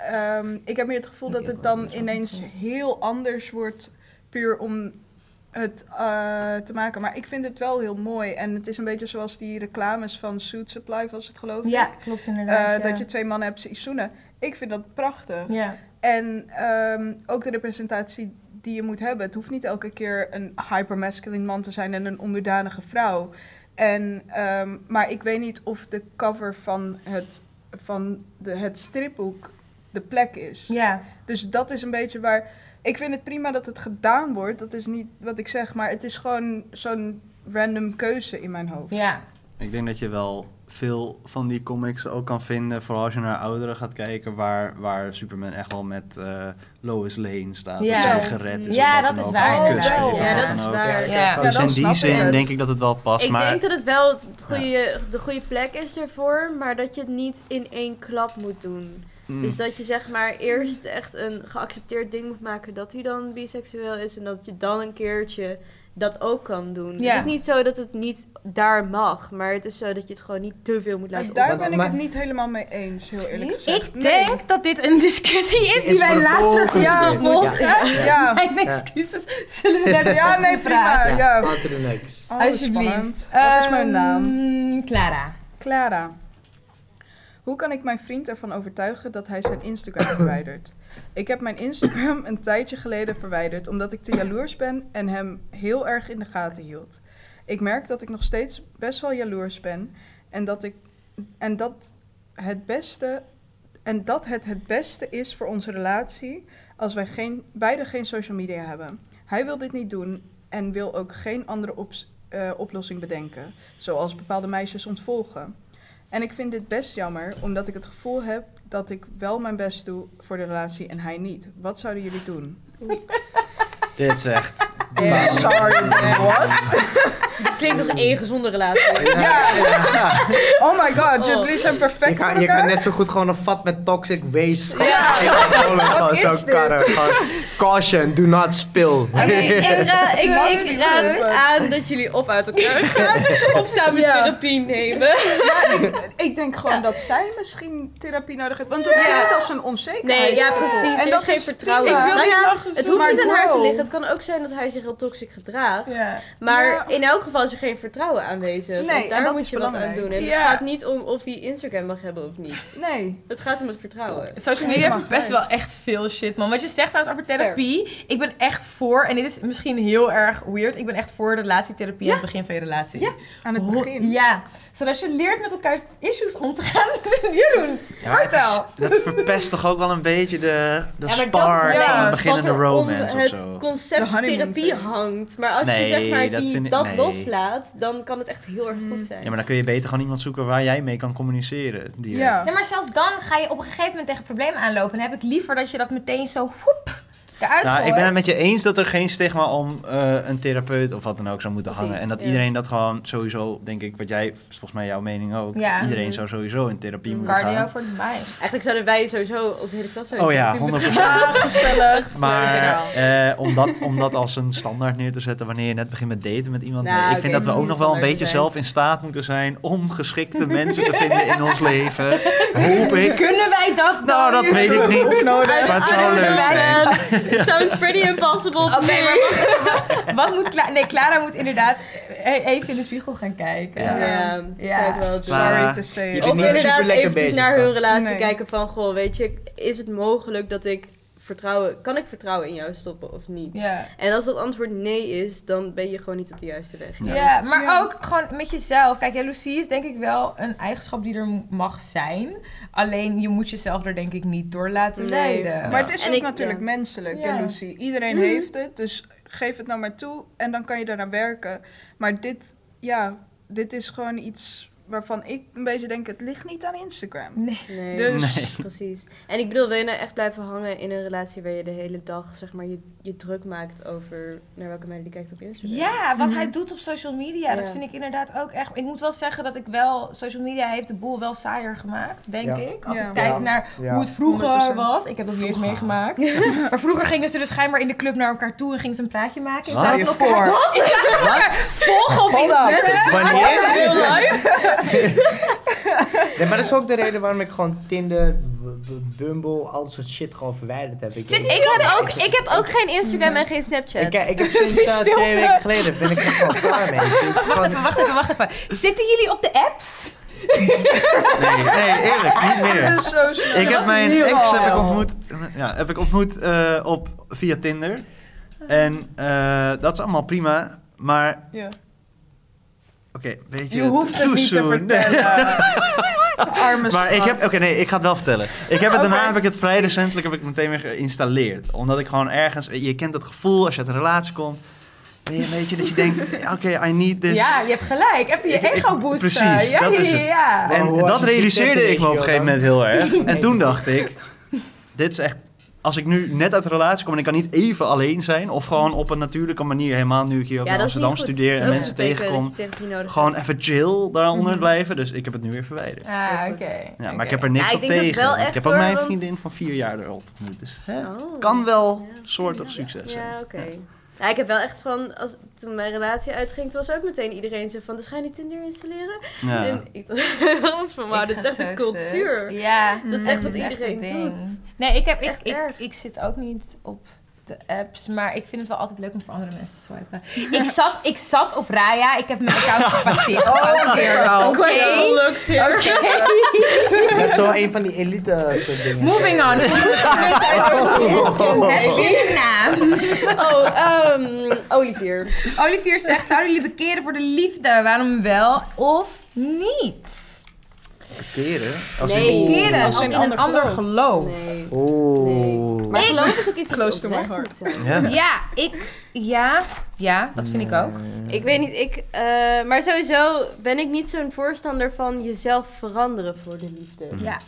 ik heb meer het gevoel dat het dan ineens heel anders wordt, puur om het te maken. Maar ik vind het wel heel mooi. En het is een beetje zoals die reclames van Suit Supply, was het geloof ik. Ja, klopt inderdaad. Dat je 2 mannen hebt die zoenen. Ik vind dat prachtig. Ja. En ook de representatie die je moet hebben. Het hoeft niet elke keer een hypermasculine man te zijn en een onderdanige vrouw. Maar ik weet niet of de cover van het stripboek de plek is. Ja. Dus dat is een beetje waar... Ik vind het prima dat het gedaan wordt. Dat is niet wat ik zeg. Maar het is gewoon zo'n random keuze in mijn hoofd. Ja. Ik denk dat je wel veel van die comics ook kan vinden, vooral als je naar ouderen gaat kijken, waar Superman echt wel met Lois Lane staat, Ja. dat zij gered is. Ja, of wat dat dan is ook, waar, of een kus inderdaad. geeft of Ja, wat dat dan is ook. waar. Ja. Dus dan in snap die zin ik. denk ik dat het wel past. Ik Maar denk dat het wel de goede plek is ervoor, maar dat je het niet in één klap moet doen. Dus dat je zeg maar eerst echt een geaccepteerd ding moet maken dat hij dan biseksueel is en dat je dan een keertje dat ook kan doen. Ja. Het is niet zo dat het niet daar mag, maar het is zo dat je het gewoon niet te veel moet laten Daar opvallen. ben ik het niet helemaal mee eens, heel eerlijk gezegd. Ik denk dat dit een discussie is die Is wij later vervolgens gaan dit. volgen. Ja. Mijn excuses. Zullen we naar de Ja, nee, prima. vraag? Ja. On to the next. Oh, Alsjeblieft. spannend. Wat is mijn naam? Clara. Clara. Hoe kan ik mijn vriend ervan overtuigen dat hij zijn Instagram verwijdert? Ik heb mijn Instagram een tijdje geleden verwijderd omdat ik te jaloers ben en hem heel erg in de gaten hield. Ik merk dat ik nog steeds best wel jaloers ben en dat het het beste is voor onze relatie als wij beide geen social media hebben. Hij wil dit niet doen en wil ook geen andere oplossing bedenken, zoals bepaalde meisjes ontvolgen. En ik vind dit best jammer, omdat ik het gevoel heb dat ik wel mijn best doe voor de relatie en hij niet. Wat zouden jullie doen? dit zegt... Sorry, what? Het klinkt als één gezonde relatie. Ja. Oh my god, Oh. jullie zijn perfect voor Je kan elkaar. net zo goed gewoon een vat met toxic waste. Ja. Gewoon Wat zo is dit? karren. Gewoon, caution, do not spill. Ik Laten raad we aan dat jullie of uit elkaar gaan of samen Ja. therapie nemen. Ik denk gewoon dat zij misschien therapie nodig heeft, want het klinkt als een onzekerheid. Nee, ja precies. En Er dat is geen is vertrouwen. prima. Ik wil Nou niet ja, lachen, het hoeft maar niet aan haar te grow. liggen. Het kan ook zijn dat hij zich heel toxisch gedraagt. Ja. Maar Ja. in elk geval is er geen vertrouwen aanwezig. Nee, Want en daar dat moet is je wat aan belangrijk. doen. En Ja. het gaat niet om of hij Instagram mag hebben of niet. Nee. Het gaat om het vertrouwen. Social media Helemaal verpest gelijk. wel echt veel shit, man. Wat je zegt trouwens over therapie. Ik ben echt voor, en dit is misschien heel erg weird, ik ben echt voor relatietherapie aan het begin van je relatie. Ja. Aan het begin. Ja. Zodat je leert met elkaars issues om te gaan. Jeroen, Ja, maar het is- vertel. dat verpest toch ook wel een beetje de maar spark dat- van ja, een beginnende wat er om romance of het zo. concept De honeymoon therapie phase. hangt. Maar als je Nee, zeg maar dat vind ik- dat nee. loslaat, dan kan het echt heel erg goed zijn. Ja, maar dan kun je beter gewoon iemand zoeken waar jij mee kan communiceren. Direct. Ja. Nee, maar zelfs dan ga je op een gegeven moment tegen problemen aanlopen. En heb ik liever dat je dat meteen zo hoep eruit Nou, ik gooit. ben het met je eens dat er geen stigma om een therapeut of wat dan ook zou moeten Precies, hangen. En dat ja. iedereen dat gewoon sowieso, denk ik, wat jij, volgens mij jouw mening ook, Ja. iedereen zou sowieso in therapie moeten Cardio gaan. voor de mind. Eigenlijk zouden wij sowieso als hele klas Oh ja, 100%. Gezellig. Maar om dat als een standaard neer te zetten wanneer je net begint met daten met iemand. Nou, nee, ik oké, vind dat we moet ook niet nog wel een standaard beetje zijn. zelf in staat moeten zijn om geschikte mensen te vinden in ons leven. Hoop ik. Kunnen wij dat dan? Nou, dat weet ik niet. Maar het zou leuk zijn. It sounds pretty impossible to Oké, me. maar wat moet Clara... Nee, Clara moet inderdaad even in de spiegel gaan kijken. Ja. Ja, Ja. zou ik wel doen. Clara, Sorry to say. je it. bent Of niet inderdaad super lekker eventjes bezig naar dan. hun relatie Nee. kijken van, goh, weet je, is het mogelijk dat ik kan ik vertrouwen in jou stoppen of niet? Ja. En als dat antwoord nee is, dan ben je gewoon niet op de juiste weg. Ja, maar Ja. ook gewoon met jezelf. Kijk, jaloezie is denk ik wel een eigenschap die er mag zijn. Alleen je moet jezelf er denk ik niet door laten Nee. leiden. Maar het is En ook ik- natuurlijk ja. menselijk, Ja. jaloezie. Iedereen heeft het, dus geef het nou maar toe en dan kan je eraan werken. Maar dit is gewoon iets waarvan ik een beetje denk, het ligt niet aan Instagram. Nee. Nee, Dus- precies. En ik bedoel, wil je nou echt blijven hangen in een relatie waar je de hele dag, zeg maar, je druk maakt over naar welke meiden die kijkt op Instagram? Ja, wat hij doet op social media, dat Ja. vind ik inderdaad ook echt... Ik moet wel zeggen dat ik wel... Social media heeft de boel wel saaier gemaakt, denk Ja. ik. Als Ja. ik kijk Ja. naar Ja. hoe het vroeger 100%. was. Ik heb dat niet eens meegemaakt. Maar vroeger gingen ze dus schijnbaar in de club naar elkaar toe en gingen ze een praatje maken. In Wat? plaats Stel van je elkaar- voor. In plaats van elkaar volgen op Hold up. Instagram. Wanneer? Heel live. Nee, maar dat is ook de reden waarom ik gewoon Tinder Bumble, al dat soort shit gewoon verwijderd heb. Ik heb ook geen Instagram en geen Snapchat. Ik heb sinds 2 weken geleden, ben ik er gewoon klaar mee. Wacht even. Zitten jullie op de apps? Nee, eerlijk, niet meer. Dat is zo snel. Ik heb Dat mijn is nu ex al. heb ik ontmoet via Tinder. En dat is allemaal prima, maar... Ja. Oké, weet je... Je hoeft het too niet te soon. vertellen. Arme Maar ik schat. heb... ik ga het wel vertellen. Daarna heb ik het vrij recentelijk meteen weer geïnstalleerd. Omdat ik gewoon ergens... Je kent dat gevoel als je uit een relatie komt. Weet je, dat je denkt, oké, I need this. Ja, je hebt gelijk. Even je ego boosten. Precies, ja, dat is het. Ja. En Oh, dat realiseerde ik me op een gegeven moment heel erg. En Nee. toen dacht ik, dit is echt... Als ik nu net uit de relatie kom en ik kan niet even alleen zijn... of gewoon op een natuurlijke manier, helemaal nu ik hier ook in Amsterdam studeer... en mensen tegenkom, gewoon even chill daaronder blijven. Dus ik heb het nu weer verwijderd. Ah, oké. Ja, maar ik heb er niks Ja, op ik denk dat tegen. wel Want ik echt heb ook hoor, mijn want- vriendin van 4 jaar erop ontmoet. Dus Oh. kan wel soortig succes zijn. Ja, oké. Ja, ik heb wel echt van, toen mijn relatie uitging, toen was ook meteen iedereen zo van, dus ga je niet Tinder installeren? Ja. En ik dacht van, wauw, dit is echt een cultuur. Ja, Dat is echt wat echt iedereen een ding. doet. Nee, Dat is echt erg. ik zit ook niet op de apps, maar ik vind het wel altijd leuk om voor andere mensen te swipen. Ik zat op Raya, ik heb mijn account gepasseerd. Question looks here. Dat is zo een van die elite soort dingen. Moving on. Heb je een naam? Olivier. Olivier zegt, zouden jullie bekeren voor de liefde? Waarom wel of niet? Bekeren? Nee. Bekeren als als in in een ander geloof. Nee. Oeh. Maar geloof is ook iets Close dat to my oprecht heart. moet zijn. Ja. Ja, dat vind ik ook. Ik weet niet, maar sowieso ben ik niet zo'n voorstander van jezelf veranderen voor de liefde. Ja,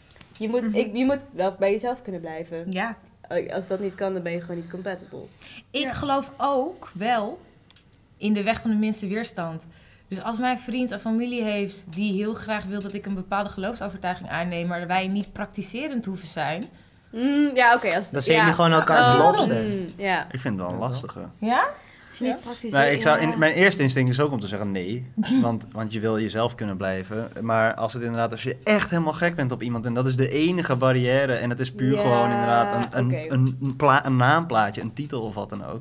Je moet wel bij jezelf kunnen blijven. ja. Als dat niet kan, dan ben je gewoon niet compatible. Ik geloof ook wel in de weg van de minste weerstand. Dus als mijn vriend een familie heeft die heel graag wil dat ik een bepaalde geloofsovertuiging aanneem, maar wij niet praktiserend hoeven zijn. Ja, oké. Dan zijn jullie gewoon elkaars Oh. lobster. Ja. Ik vind het wel een lastige. Ja? Als je niet praktisch Nou, mijn eerste instinct is ook om te zeggen nee. Want je wil jezelf kunnen blijven. Maar als je echt helemaal gek bent op iemand en dat is de enige barrière en het is puur Ja, gewoon inderdaad oké. een naamplaatje, een titel of wat dan ook.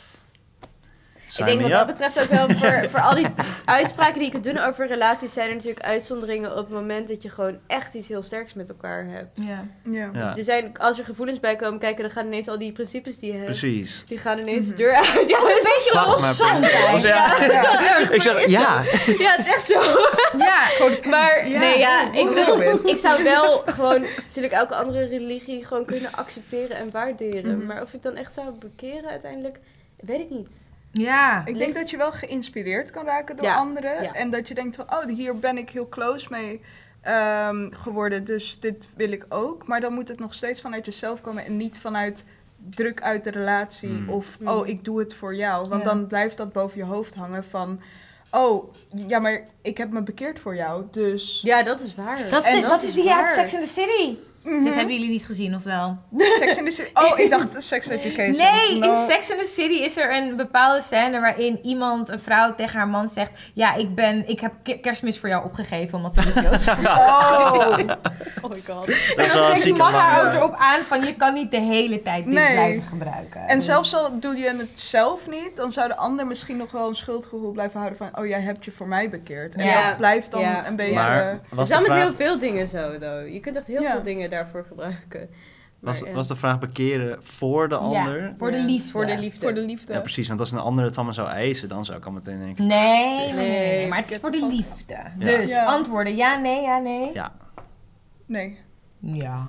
Ik denk wat dat betreft ook wel voor al die uitspraken die je kunt doen over relaties zijn er natuurlijk uitzonderingen op het moment dat je gewoon echt iets heel sterks met elkaar hebt. Ja. Ja. Ja, Er zijn, als er gevoelens bij komen kijken, dan gaan ineens al die principes die je hebt, precies. die gaan ineens de deur uit. Ja, dat is Beetje Wacht maar, ongezond Prince. eigenlijk. Ik zeg, ja. ja, het is echt zo. Ja, Maar Ja, nee, ja, Robin. ik zou wel gewoon natuurlijk elke andere religie gewoon kunnen accepteren en waarderen. Maar of ik dan echt zou bekeren uiteindelijk, weet ik niet. ja. Ik denk dat je wel geïnspireerd kan raken door Ja, anderen. ja. En dat je denkt van, oh, hier ben ik heel close mee geworden. Dus dit wil ik ook. Maar dan moet het nog steeds vanuit jezelf komen. En niet vanuit druk uit de relatie. Of, oh, ik doe het voor jou. Want Ja. dan blijft dat boven je hoofd hangen van... Oh, ja, maar ik heb me bekeerd voor jou. Dus... Ja, dat is waar. Dat is die waar. uit Sex in the City. Mhm. Dit hebben jullie niet gezien, of wel? Sex in the City. Oh, ik dacht Sex Education. Nee, No. in Sex in the City is er een bepaalde scène waarin een vrouw tegen haar man zegt... Ja, ik heb kerstmis voor jou opgegeven, omdat ze dus Joods is. Oh. Oh my god. Dat is En wel dan een spreekt die zieke man haar man. ook erop aan van... Je kan niet de hele tijd dit Nee. blijven gebruiken. En Dus- zelfs al doe je het zelf niet, dan zou de ander misschien nog wel een schuldgevoel blijven houden van, oh, jij hebt je voor mij bekeerd. En Ja. dat blijft dan Ja. een beetje... Maar Dat was is de, met heel vraag, veel dingen zo, though. Je kunt echt heel Ja. veel dingen daarvoor gebruiken. Maar, ja. was de vraag bekeren voor de ander? Ja, voor de Ja, liefde. Voor de liefde. Voor de liefde. Ja, precies. Want als een ander het van me zou eisen, dan zou ik al meteen denken... Nee, maar het is voor de liefde. Dus Ja. antwoorden ja, nee, ja, nee. Ja. Nee. Ja.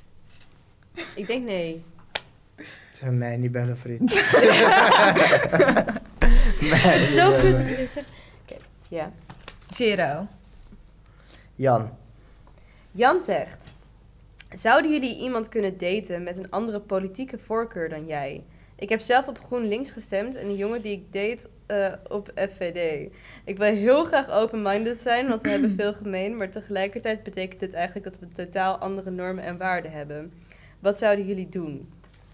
Ik denk nee. Zeg mij niet bellen, vriend. Het is zo kut dat je dit zegt. Oké, ja. Zero. Jan. Jan zegt... Zouden jullie iemand kunnen daten met een andere politieke voorkeur dan jij? Ik heb zelf op GroenLinks gestemd en een jongen die ik date op FVD. Ik wil heel graag open-minded zijn, want we hebben veel gemeen. Maar tegelijkertijd betekent dit eigenlijk dat we totaal andere normen en waarden hebben. Wat zouden jullie doen?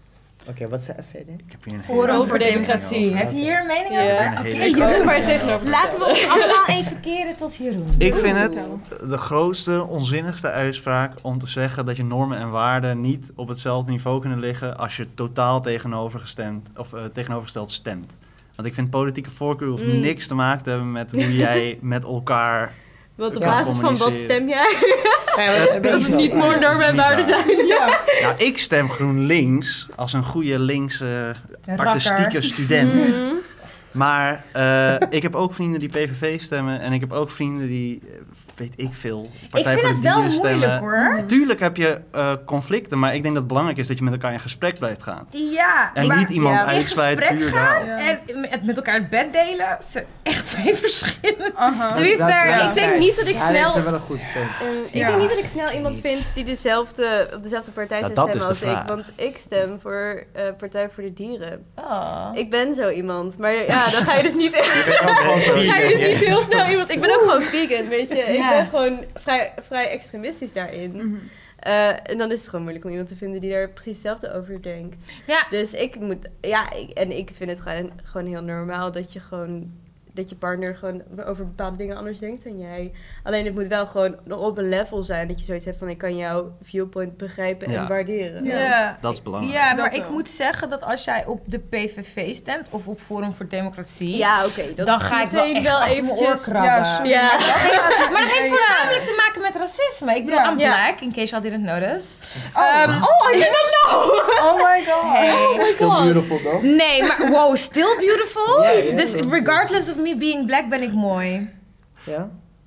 Oké, wat is de FVD? Ik heb hier een Forum hele voor Democratie. mening over. Heb je hier een mening Ja. over? Een Oké, hele Jeroen, Ik maar tegenover. laten we ons allemaal even keren tot Jeroen. Ik vind het de grootste, onzinnigste uitspraak om te zeggen dat je normen en waarden niet op hetzelfde niveau kunnen liggen als je totaal tegenovergesteld stemt. Want ik vind politieke voorkeur hoeft niks te maken te hebben met hoe jij met elkaar... Want op Ja, basis van wat communiceren. stem jij? Als het niet waar. meer normen en Dat is waarden niet zijn. Ja. Nou, ik stem GroenLinks als een goede linkse Rakker. artistieke student. Maar ik heb ook vrienden die PVV stemmen en ik heb ook vrienden die, weet ik veel, Partij Ik voor vind de het wel Dieren moeilijk stemmen. hoor. Tuurlijk heb je conflicten, maar ik denk dat het belangrijk is dat je met elkaar in gesprek blijft gaan. Ja, En maar niet iemand ja, in uitsluit gesprek puur gaan daarom. en met elkaar het bed delen zijn echt twee verschillende. Aha. To be fair, ja. ik denk niet dat ik Ja, snel... dat is wel een goed punt. Ik Ja. denk niet dat ik snel iemand Niet. vind die op dezelfde partij Nou, zou dat is stemmen de als vraag. ik. Want ik stem voor Partij voor de Dieren. Oh. Ik ben zo iemand. Maar ja, dan ga je dus niet... Sorry. ga je dus niet heel snel iemand... Ik ben ook gewoon vegan, weet je. Ik Ja. ben gewoon vrij extremistisch daarin. En dan is het gewoon moeilijk om iemand te vinden die daar precies hetzelfde over denkt. Ja. Dus ik moet... Ja, ik vind het gewoon heel normaal dat je gewoon... Dat je partner gewoon over bepaalde dingen anders denkt dan jij. Alleen het moet wel gewoon nog op een level zijn dat je zoiets hebt van... Ik kan jouw viewpoint begrijpen Ja. en waarderen. Ja. Dat is belangrijk. Ja, maar Dat ik wel. moet zeggen dat als jij op de PVV stemt of op Forum voor Democratie, Ja, oké. dat dan is ga ik wel meteen echt achter mijn oor eventjes... krabben. Ja, sorry. Ja. Maar dat heeft voornamelijk te maken met racisme. Ik bedoel, Ja. I'm black, in case you didn't notice. Oh. I didn't know! Oh my god. Hey. Still beautiful, toch? Nee, maar wow, still beautiful? Ja, ja, Dus dat is- regardless of me being black ben ik mooi. Ja?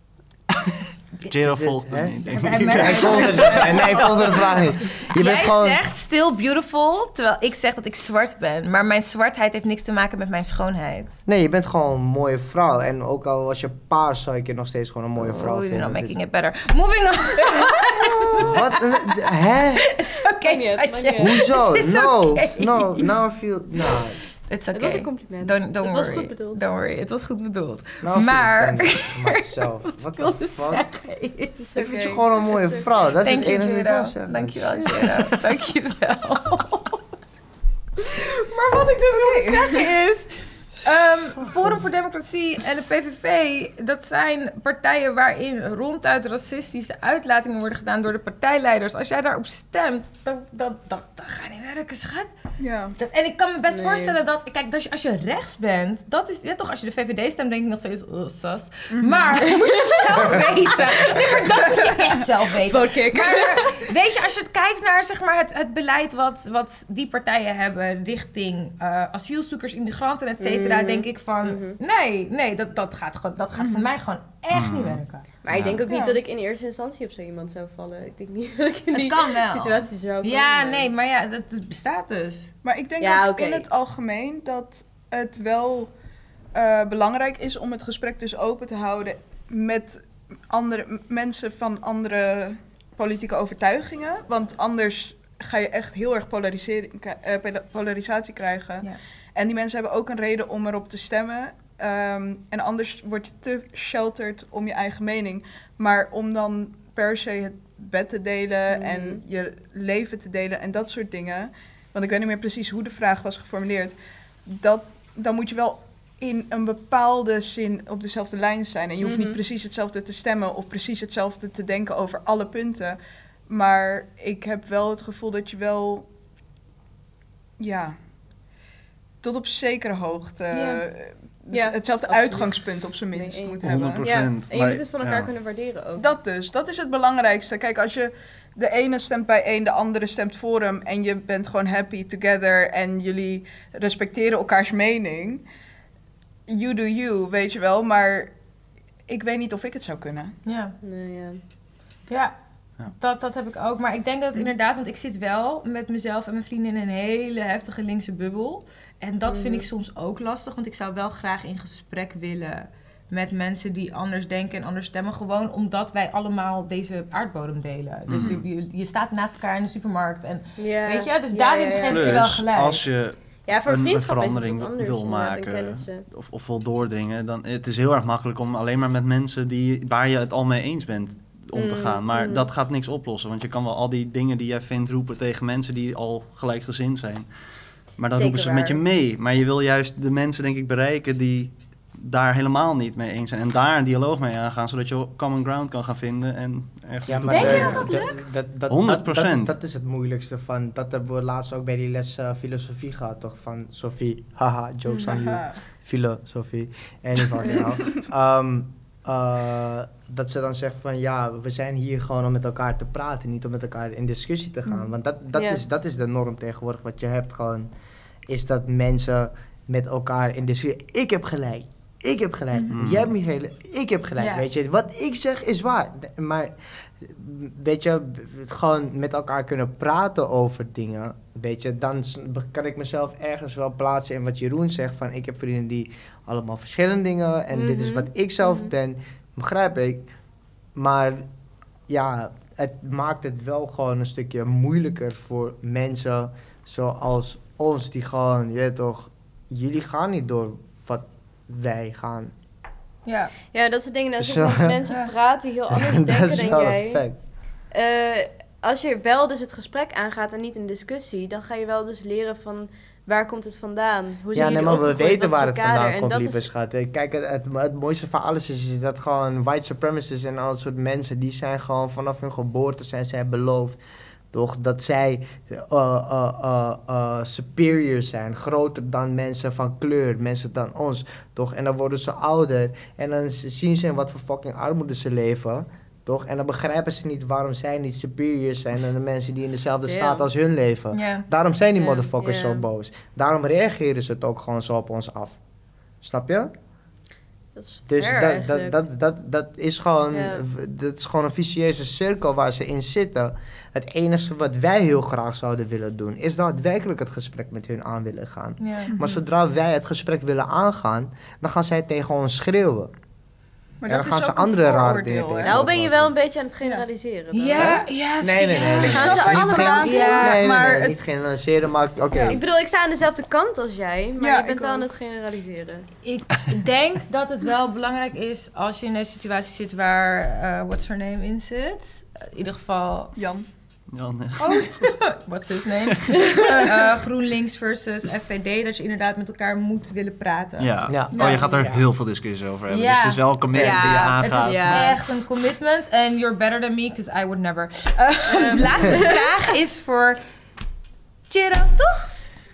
Jero volgt Hè? hem niet, denk Hij ik. merkt- Ik volgde ik volgde de vraag niet. Je bent Jij gewoon... zegt still beautiful, terwijl ik zeg dat ik zwart ben. Maar mijn zwartheid heeft niks te maken met mijn schoonheid. Nee, je bent gewoon een mooie vrouw. En ook al was je paars, zou ik je nog steeds gewoon een mooie vrouw Oh, you're vinden. not Dus- making it better. Moving on. Wat? Hè? It's okay, Maakt niet uit, maakt schatje. niet uit. Hoezo? Het is No, oké. no, now I feel... No, It's Het okay. was een compliment. Don't Het was worry. goed bedoeld. Don't worry, het was goed bedoeld. now I feel Maar- offended for myself. What Ik wilde the fuck? zeggen is... Ik vind je gewoon een mooie vrouw. Dat is Thank het you, enige dat ik Jero. wil zeggen. Dankjewel, Jero. Dankjewel. Maar wat ik dus wil zeggen is... Forum voor Democratie en de PVV, dat zijn partijen waarin ronduit racistische uitlatingen worden gedaan door de partijleiders. Als jij daarop stemt, dan ga je niet werken, schat. Ja. En ik kan me best Nee. voorstellen dat, kijk, dat als je rechts bent, dat is, ja toch, als je de VVD stemt, denk ik nog steeds, sas. Maar dat moet je zelf weten. Nee, maar dat moet je echt zelf weten. Maar weet je, als je kijkt naar zeg maar, het beleid wat die partijen hebben richting asielzoekers, immigranten, et cetera, denk ik van, nee, dat gaat voor mij gewoon echt niet werken. Maar ik denk ook niet Ja. dat ik in eerste instantie op zo iemand zou vallen. Ik denk niet dat ik in die kan wel. situatie zou komen. Ja, nee, maar ja, dat bestaat dus. Maar ik denk Ja, ook oké. in het algemeen dat het wel belangrijk is om het gesprek dus open te houden met andere mensen van andere politieke overtuigingen. Want anders ga je echt heel erg polarisatie krijgen. Ja. En die mensen hebben ook een reden om erop te stemmen. En anders word je te sheltered om je eigen mening. Maar om dan per se het bed te delen en je leven te delen en dat soort dingen. Want ik weet niet meer precies hoe de vraag was geformuleerd. Dan moet je wel in een bepaalde zin op dezelfde lijn zijn. En je hoeft niet precies hetzelfde te stemmen of precies hetzelfde te denken over alle punten. Maar ik heb wel het gevoel dat je wel, ja, tot op zekere hoogte dus Ja, hetzelfde absoluut. uitgangspunt op zijn minst Nee, moet 100%. hebben. Ja, en je maar- moet het van elkaar ja. kunnen waarderen ook. Dat dus, dat is het belangrijkste. Kijk, als je de ene stemt bij één, de andere stemt voor hem en je bent gewoon happy together en jullie respecteren elkaars mening. You do you, weet je wel, maar ik weet niet of ik het zou kunnen. Ja. Nee, ja. Ja, Ja. dat heb ik ook. Maar ik denk dat het inderdaad, want ik zit wel met mezelf en mijn vrienden in een hele heftige linkse bubbel. En dat vind ik soms ook lastig, want ik zou wel graag in gesprek willen met mensen die anders denken en anders stemmen. Gewoon omdat wij allemaal deze aardbodem delen. Dus je staat naast elkaar in de supermarkt en Ja. weet je, dus Ja, daarin ja, ja. geef ik je wel Plus, gelijk. als je Ja, voor een vriendschap verandering is het wat anders, wil inderdaad, en maken kennissen. of wil doordringen, dan het is heel erg makkelijk om alleen maar met mensen waar je het al mee eens bent om te gaan. Maar dat gaat niks oplossen, want je kan wel al die dingen die jij vindt roepen tegen mensen die al gelijkgezind zijn. Maar dan Zeker roepen ze met je waar. mee. Maar je wil juist de mensen, denk ik, bereiken die daar helemaal niet mee eens zijn. En daar een dialoog mee aangaan, zodat je common ground kan gaan vinden. En echt Ja, naartoe maar Denk je gaan. dat dat lukt? 100%. Dat is het moeilijkste van. Dat hebben we laatst ook bij die les filosofie gehad, toch? Van Sophie. Haha, jokes on you. Haha. Filosofie. Anyhow. Dat ze dan zegt van ja, we zijn hier gewoon om met elkaar te praten, niet om met elkaar in discussie te gaan. Want Ja. dat is de norm tegenwoordig. Wat je hebt gewoon, is dat mensen met elkaar in discussie. Ik heb gelijk. Ik heb gelijk. Mhm. Jij hebt niet gelijk. Ik heb gelijk. Ja. Weet je, wat ik zeg is waar. Maar weet je, gewoon met elkaar kunnen praten over dingen. Weet je, dan kan ik mezelf ergens wel plaatsen in wat Jeroen zegt. Van ik heb vrienden die allemaal verschillende dingen. En dit is wat ik zelf ben. Begrijp ik. Maar ja, het maakt het wel gewoon een stukje moeilijker voor mensen zoals ons. Die gewoon, je weet toch, jullie gaan niet door wat wij gaan. Ja. Ja, dat soort dingen. Dat Zo. met mensen praten die heel anders Dat denken is dan wel jij. een fact. Als je wel dus het gesprek aangaat en niet een discussie, dan ga je wel dus leren van waar komt het vandaan? Hoe zijn Ja, nee, jullie maar we opgegroeid? weten Wat is waar je het kader? vandaan En komt, dat lieve is- schat. Kijk, het mooiste van alles is dat gewoon white supremacists en al dat soort mensen, die zijn gewoon vanaf hun geboorte zijn zij beloofd, toch, dat zij superior zijn, groter dan mensen van kleur, mensen dan ons, toch. En dan worden ze ouder en dan zien ze in wat voor fucking armoede ze leven, toch. En dan begrijpen ze niet waarom zij niet superior zijn dan de mensen die in dezelfde Ja. staat als hun leven. Ja. Daarom zijn die Ja, motherfuckers ja. zo boos. Daarom reageren ze het ook gewoon zo op ons af. Snap je? Dat is Dus fair eigenlijk. dat is gewoon, Ja. dat is gewoon een vicieuze cirkel waar ze in zitten. Het enige wat wij heel graag zouden willen doen, is daadwerkelijk het gesprek met hun aan willen gaan. Ja. Maar zodra wij het gesprek willen aangaan, dan gaan zij tegen ons schreeuwen. Maar En dat dan gaan is ze ook een andere rare vooroordeel, dingen hè? tegen. Nou ben je wel een beetje aan het generaliseren. dan. Ja, Nee. Ik snap Gaan ze wat je allemaal vandaan doen? komt, Nee, maar het- niet generaliseren, maar oké. Ja. Ik bedoel, ik sta aan dezelfde kant als jij, maar Ja, je bent ik wel ook. aan het generaliseren. Ik denk dat het wel belangrijk is als je in een situatie zit waar what's her name in zit. In ieder geval, Jan. Jan, what's his name? GroenLinks versus FVD, dat je inderdaad met elkaar moet willen praten. ja. Ja. Oh, je gaat er Ja. heel veel discussies over hebben. Ja. Dus het is wel een commitment die je aangaat. Het is Ja. echt een commitment en you're better than me, because I would never. De laatste vraag is voor Chiro, toch?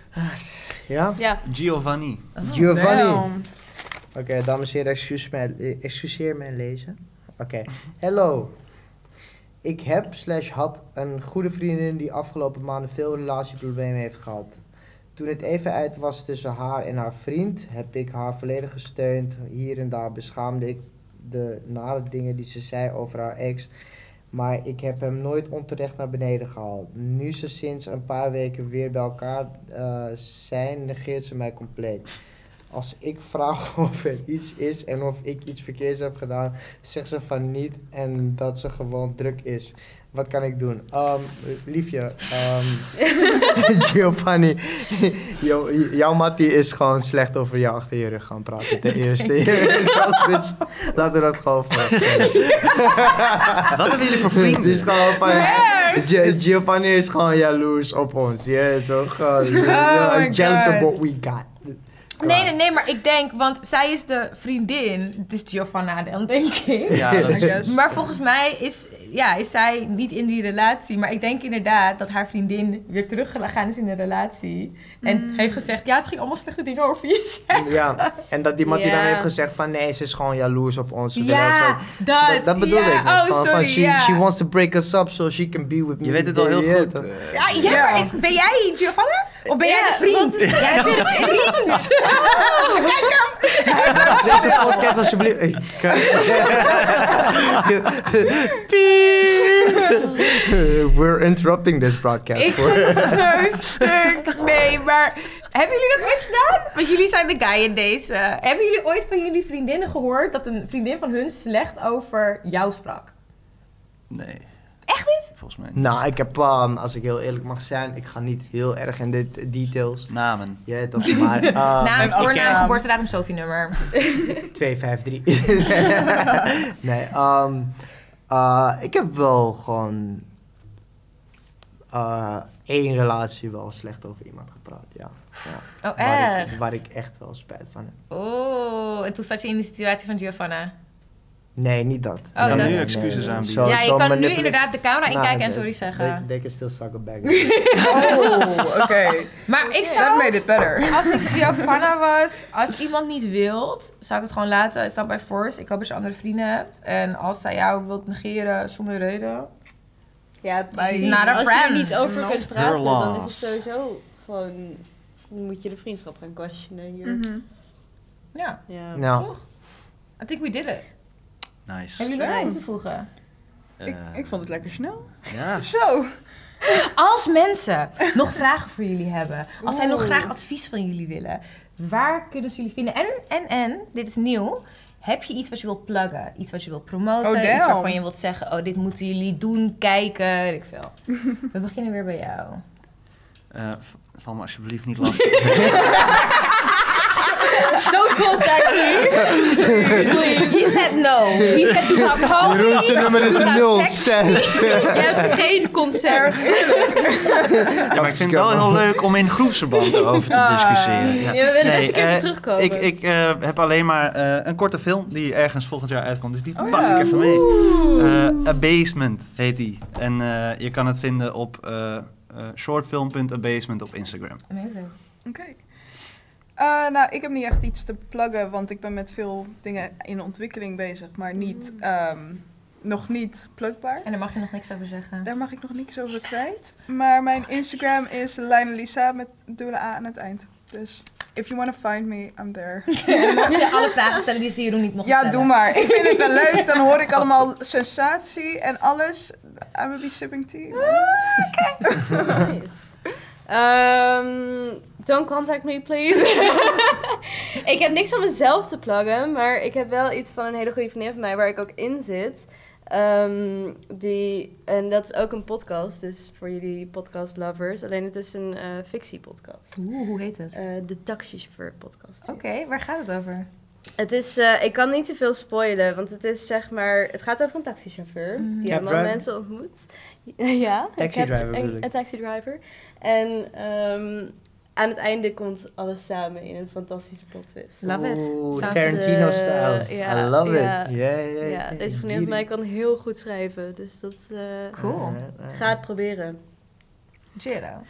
Ja? Ja, Giovanni. Giovanni. Damn. Oké, dames en heren, excuseer mijn lezen. Oké. Hello. Ik had een goede vriendin die afgelopen maanden veel relatieproblemen heeft gehad. Toen het even uit was tussen haar en haar vriend, heb ik haar volledig gesteund. Hier en daar beschaamde ik de nare dingen die ze zei over haar ex. Maar ik heb hem nooit onterecht naar beneden gehaald. Nu ze sinds een paar weken weer bij elkaar zijn, negeert ze mij compleet. Als ik vraag of er iets is en of ik iets verkeerds heb gedaan, zegt ze van niet en dat ze gewoon druk is. Wat kan ik doen? Liefje, Giovanni, jouw mattie is gewoon slecht over jou achter je rug gaan praten ten eerste. Dus laten we dat gewoon vaststellen. Wat hebben jullie voor vrienden? Het is gewoon van, Giovanni is gewoon jaloers op ons. Je weet toch? my Jealous God. of what we got. Nee, maar ik denk, want zij is de vriendin. Het is Giovanna dan, denk ik. Ja, dat I is... guess. Maar volgens mij is zij niet in die relatie. Maar ik denk inderdaad dat haar vriendin weer teruggegaan is in de relatie. En heeft gezegd, ja, het ging allemaal slechte dingen over je. Ja, en dat die mattie dan Ja. heeft gezegd van nee, ze is gewoon jaloers op ons. Ze Ja, willen zo- dat bedoel ja. ik. net. Oh, Gewoon sorry, van, ja. she wants to break us up so she can be with me. Je weet het al heel Ja, goed. toch? Ja, maar ben jij Giovanna? Of ben jij de vriend? Jij bent de vriend. Deze podcast alsjeblieft. Piep. We're interrupting this broadcast. Ik vind het zo stuk. Nee, maar hebben jullie dat ooit gedaan? Want jullie zijn de guy in deze. Hebben jullie ooit van jullie vriendinnen gehoord dat een vriendin van hun slecht over jou sprak? Nee. Echt niet? Volgens mij. Nou, ik heb, als ik heel eerlijk mag zijn, ik ga niet heel erg in de details. Namen. Ja, toch, maar... Naam, voornaam, oké. geboortedatum, Sophie-nummer. 253. Nee, ik heb wel gewoon één relatie wel slecht over iemand gepraat, ja. Oh, echt? Waar ik echt wel spijt van heb. Oh, en toen zat je in de situatie van Giovanna. Nee, niet dat. Oh, kan dat- nu excuses aanbieden. Ja, je kan nu inderdaad de camera inkijken en Nou, sorry zeggen. They can still suck a bag. Oh, oké. Maar ik That zou, made it better. als ik Giovanna was, als iemand niet wilt, zou ik het gewoon laten. Het staat bij force. Ik hoop dat je andere vrienden hebt. En als zij jou wilt negeren zonder reden. Ja, precies. Not a Als je er friend. niet over kunt praten, Her dan is het loss. sowieso gewoon... Dan moet je de vriendschap gaan questionen hier. Mhm. Ja, Ja. Nou, toch? I think we did it. Nice. Hebben jullie nog Nice. iets te voegen? Ik vond het lekker snel. Ja. Zo. Als mensen nog vragen voor jullie hebben, als zij nog Oeh. graag advies van jullie willen, waar kunnen ze jullie vinden? En, dit is nieuw, heb je iets wat je wilt pluggen? Iets wat je wilt promoten? Oh, damn. Iets waarvan je wilt zeggen, oh, dit moeten jullie doen, kijken, weet ik veel. We beginnen weer bij jou. Val me alsjeblieft niet lastig. Don't contact me. He said no. He said do not call me. Jeroen's nummer is Do not text 06. Je hebt geen concert. Ja, maar ik vind het wel heel leuk om in groepsverband erover te discussiëren. Ja. Ja, we willen best een keertje terugkomen. Ik heb alleen maar een korte film die ergens volgend jaar uitkomt. Dus die Oh, pak ja. ik even mee. Abasement heet die. En je kan het vinden op shortfilm.abasement op Instagram. Amazing. Oké. Nou, ik heb niet echt iets te pluggen, want ik ben met veel dingen in ontwikkeling bezig, maar niet, nog niet plugbaar. En daar mag je nog niks over zeggen. Daar mag ik nog niks over kwijt. Maar mijn Instagram is Lisa met dubbele A aan het eind. Dus if you want to find me, I'm there. En mocht je alle vragen stellen die ze Jeroen niet mocht Ja, stellen. doe maar. Ik vind het wel leuk. Dan hoor ik allemaal sensatie en alles. I will be sipping tea. Nice. Don't contact me, please. Ik heb niks van mezelf te pluggen, maar ik heb wel iets van een hele goede vriendin van mij waar ik ook in zit. En dat is ook een podcast, dus voor jullie podcast lovers. Alleen het is een fictiepodcast. Hoe heet het? De Taxichauffeur podcast. Oké, waar gaat het over? Het is, ik kan niet te veel spoilen, want het is zeg maar, het gaat over een taxichauffeur die allemaal Cabdriver? mensen ontmoet. Ja, Taxidriver bedoel ik. een taxidriver. En aan het einde komt alles samen in een fantastische plot twist. Love it. Oeh, Sounds, Tarantino-style. ja, I love ja. it. Yeah. Ja, deze vriendin van mij kan heel goed schrijven, dus dat Cool. ga het proberen. Giro.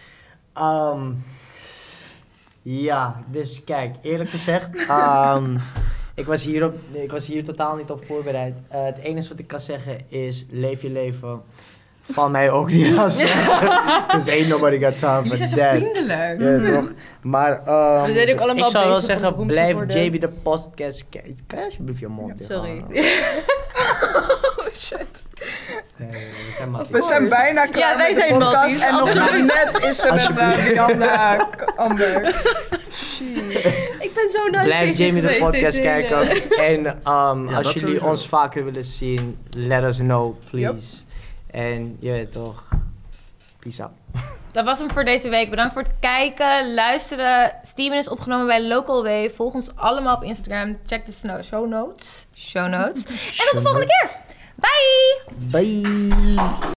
Ja, dus kijk, eerlijk gezegd, ik was hier totaal niet op voorbereid. Het enige wat ik kan zeggen is, leef je leven. Van mij ook niet als dus ain't nobody got time Jullie for zijn zo that. vriendelijk. Ja, toch? Maar We zijn ook allemaal ik zou wel bezig om zeggen, beroemd te blijf worden. JB de podcast kijken. Kan je alsjeblieft je mond dicht Sorry. houden? Oh shit. Nee, we zijn matties. We zijn bijna klaar Ja, wij met de zijn podcast matties. en nog maar net is er Alsjeblieft. een Rihanna Amber. Ik ben zo nice Blijf tegen je Jamie de geweest podcast deze hele- kijken. En als dat jullie sowieso. ons vaker willen zien, let us know, please. En je weet toch, peace out. Dat was hem voor deze week. Bedankt voor het kijken, luisteren. Steven is opgenomen bij Local Way. Volg ons allemaal op Instagram. Check de show notes. En tot de volgende keer. Bye! Bye!